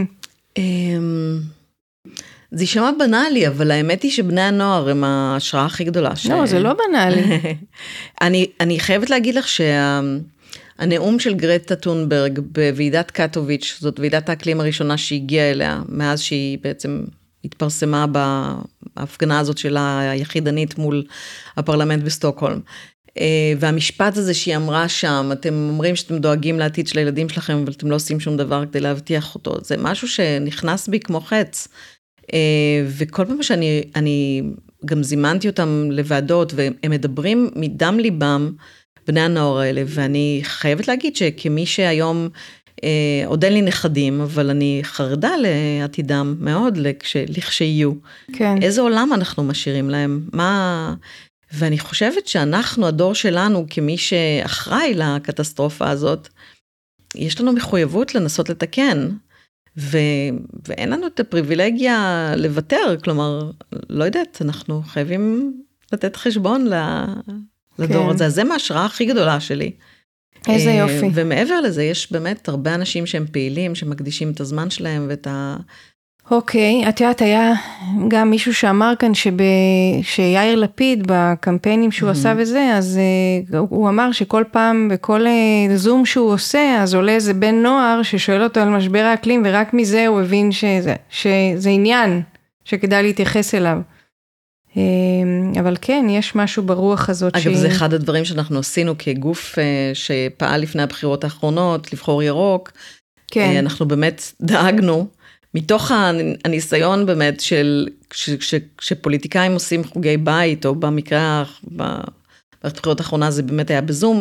זה יישמע בנאלי, אבל האמת היא שבני הנוער הם ההשראה הכי גדולה. לא, זה לא בנאלי. אני, אני חייבת להגיד לך שהנאום של גרטה טונברג בוועידת קטוביץ', זאת ועידת האקלים הראשונה שהגיעה אליה, מאז שהיא בעצם התפרסמה בהפגנה הזאת שלה היחידנית מול הפרלמנט בסטוקהולם. והמשפט הזה שהיא אמרה שם, אתם אומרים שאתם דואגים לעתיד של הילדים שלכם, אבל אתם לא עושים שום דבר כדי להבטיח אותו. זה משהו שנכנס בי כמו חץ. וכל פעם שאני אני גם זימנתי אותם לוועדות, והם מדברים מדם ליבם, בני הנוער האלה, ואני חייבת להגיד שכמי שהיום, עוד אין לי נכדים, אבל אני חרדה לעתידם מאוד, לכשיהיו. כן. איזה עולם אנחנו משאירים להם? מה... ואני חושבת שאנחנו, הדור שלנו, כמי שאחראי לקטסטרופה הזאת, יש לנו מחויבות לנסות לתקן, ו... ואין לנו את הפריבילגיה לוותר, כלומר, לא יודעת, אנחנו חייבים לתת חשבון לדור כן. הזה, אז זה מההשראה הכי גדולה שלי. איזה יופי. ומעבר לזה, יש באמת הרבה אנשים שהם פעילים, שמקדישים את הזמן שלהם ואת ה... אוקיי, את יודעת, היה גם מישהו שאמר כאן שב... שיאיר לפיד בקמפיינים שהוא עשה וזה, אז uh, הוא אמר שכל פעם בכל uh, זום שהוא עושה, אז עולה איזה בן נוער ששואל אותו על משבר האקלים, ורק מזה הוא הבין שזה, שזה עניין שכדאי להתייחס אליו. Uh, אבל כן, יש משהו ברוח הזאת. אגב, שהיא... זה אחד הדברים שאנחנו עשינו כגוף uh, שפעל לפני הבחירות האחרונות, לבחור ירוק. כן. Uh, אנחנו באמת דאגנו, מתוך הניסיון באמת של, ש, ש, שפוליטיקאים עושים חוגי בית, או במקרה, בבחירות האחרונה זה באמת היה בזום,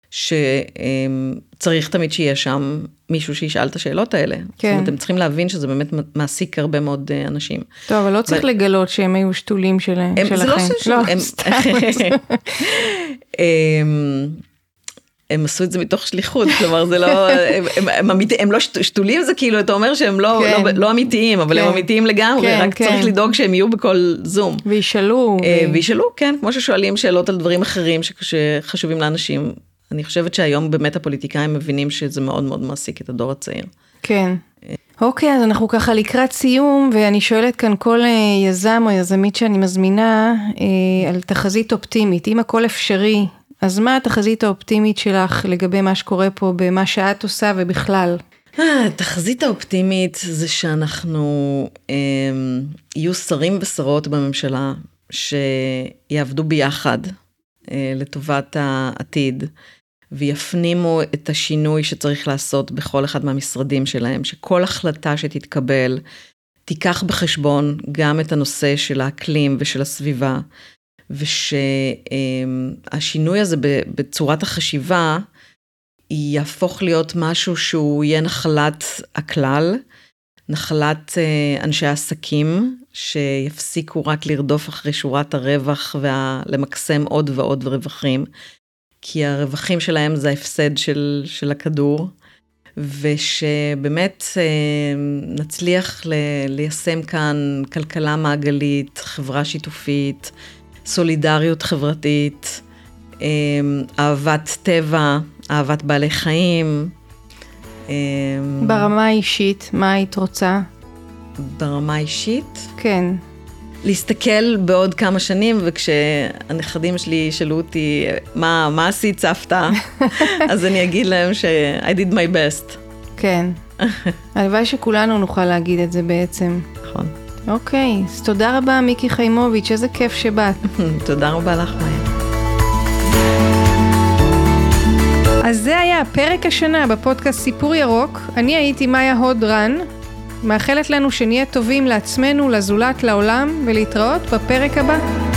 שצריך תמיד שיהיה שם מישהו שישאל את השאלות האלה. כן. זאת אומרת, אתם צריכים להבין שזה באמת מעסיק הרבה מאוד אנשים. טוב, אבל לא צריך ו... לגלות שהם היו שתולים של... הם, שלכם. זה לא שתולים. לא, הם... סתם. הם... הם עשו את זה מתוך שליחות, כלומר זה לא, הם, הם, הם, אמית, הם לא שתולים, זה כאילו, אתה אומר שהם לא, כן. לא, לא אמיתיים, אבל כן. הם אמיתיים לגמרי, כן, רק כן. צריך לדאוג שהם יהיו בכל זום. וישאלו. ו... וישאלו, כן, כמו ששואלים שאלות על דברים אחרים שחשובים לאנשים. אני חושבת שהיום באמת הפוליטיקאים מבינים שזה מאוד מאוד מעסיק את הדור הצעיר. כן. אוקיי, אז אנחנו ככה לקראת סיום, ואני שואלת כאן כל יזם או יזמית שאני מזמינה, על תחזית אופטימית, אם הכל אפשרי, אז מה התחזית האופטימית שלך לגבי מה שקורה פה, במה שאת עושה ובכלל? התחזית האופטימית זה שאנחנו אה, יהיו שרים ושרות בממשלה, שיעבדו ביחד אה, לטובת העתיד, ויפנימו את השינוי שצריך לעשות בכל אחד מהמשרדים שלהם, שכל החלטה שתתקבל, תיקח בחשבון גם את הנושא של האקלים ושל הסביבה, ושהשינוי הזה בצורת החשיבה, יהפוך להיות משהו שהוא יהיה נחלת הכלל, נחלת אנשי העסקים, שיפסיקו רק לרדוף אחרי שורת הרווח, ולמקסם עוד ועוד רווחים, כי הרווחים שלהם זה ההפסד של, של הכדור, ושבאמת נצליח ליישם כאן כלכלה מעגלית, חברה שיתופית, סולידריות חברתית, אהבת טבע, אהבת בעלי חיים. ברמה האישית, מה היית רוצה? ברמה האישית? כן. להסתכל בעוד כמה שנים, וכשהנכדים שלי ישאלו אותי, מה, מה עשית סבתא? אז אני אגיד להם ש- I did my best. כן. הלוואי שכולנו נוכל להגיד את זה בעצם. נכון. אוקיי, אז תודה רבה מיקי חיימוביץ', איזה כיף שבאת. תודה רבה לך, מאיה. אז זה היה הפרק השנה בפודקאסט סיפור ירוק. אני הייתי מאיה הוד-רן, מאחלת לנו שנהיה טובים לעצמנו, לזולת, לעולם, ולהתראות בפרק הבא.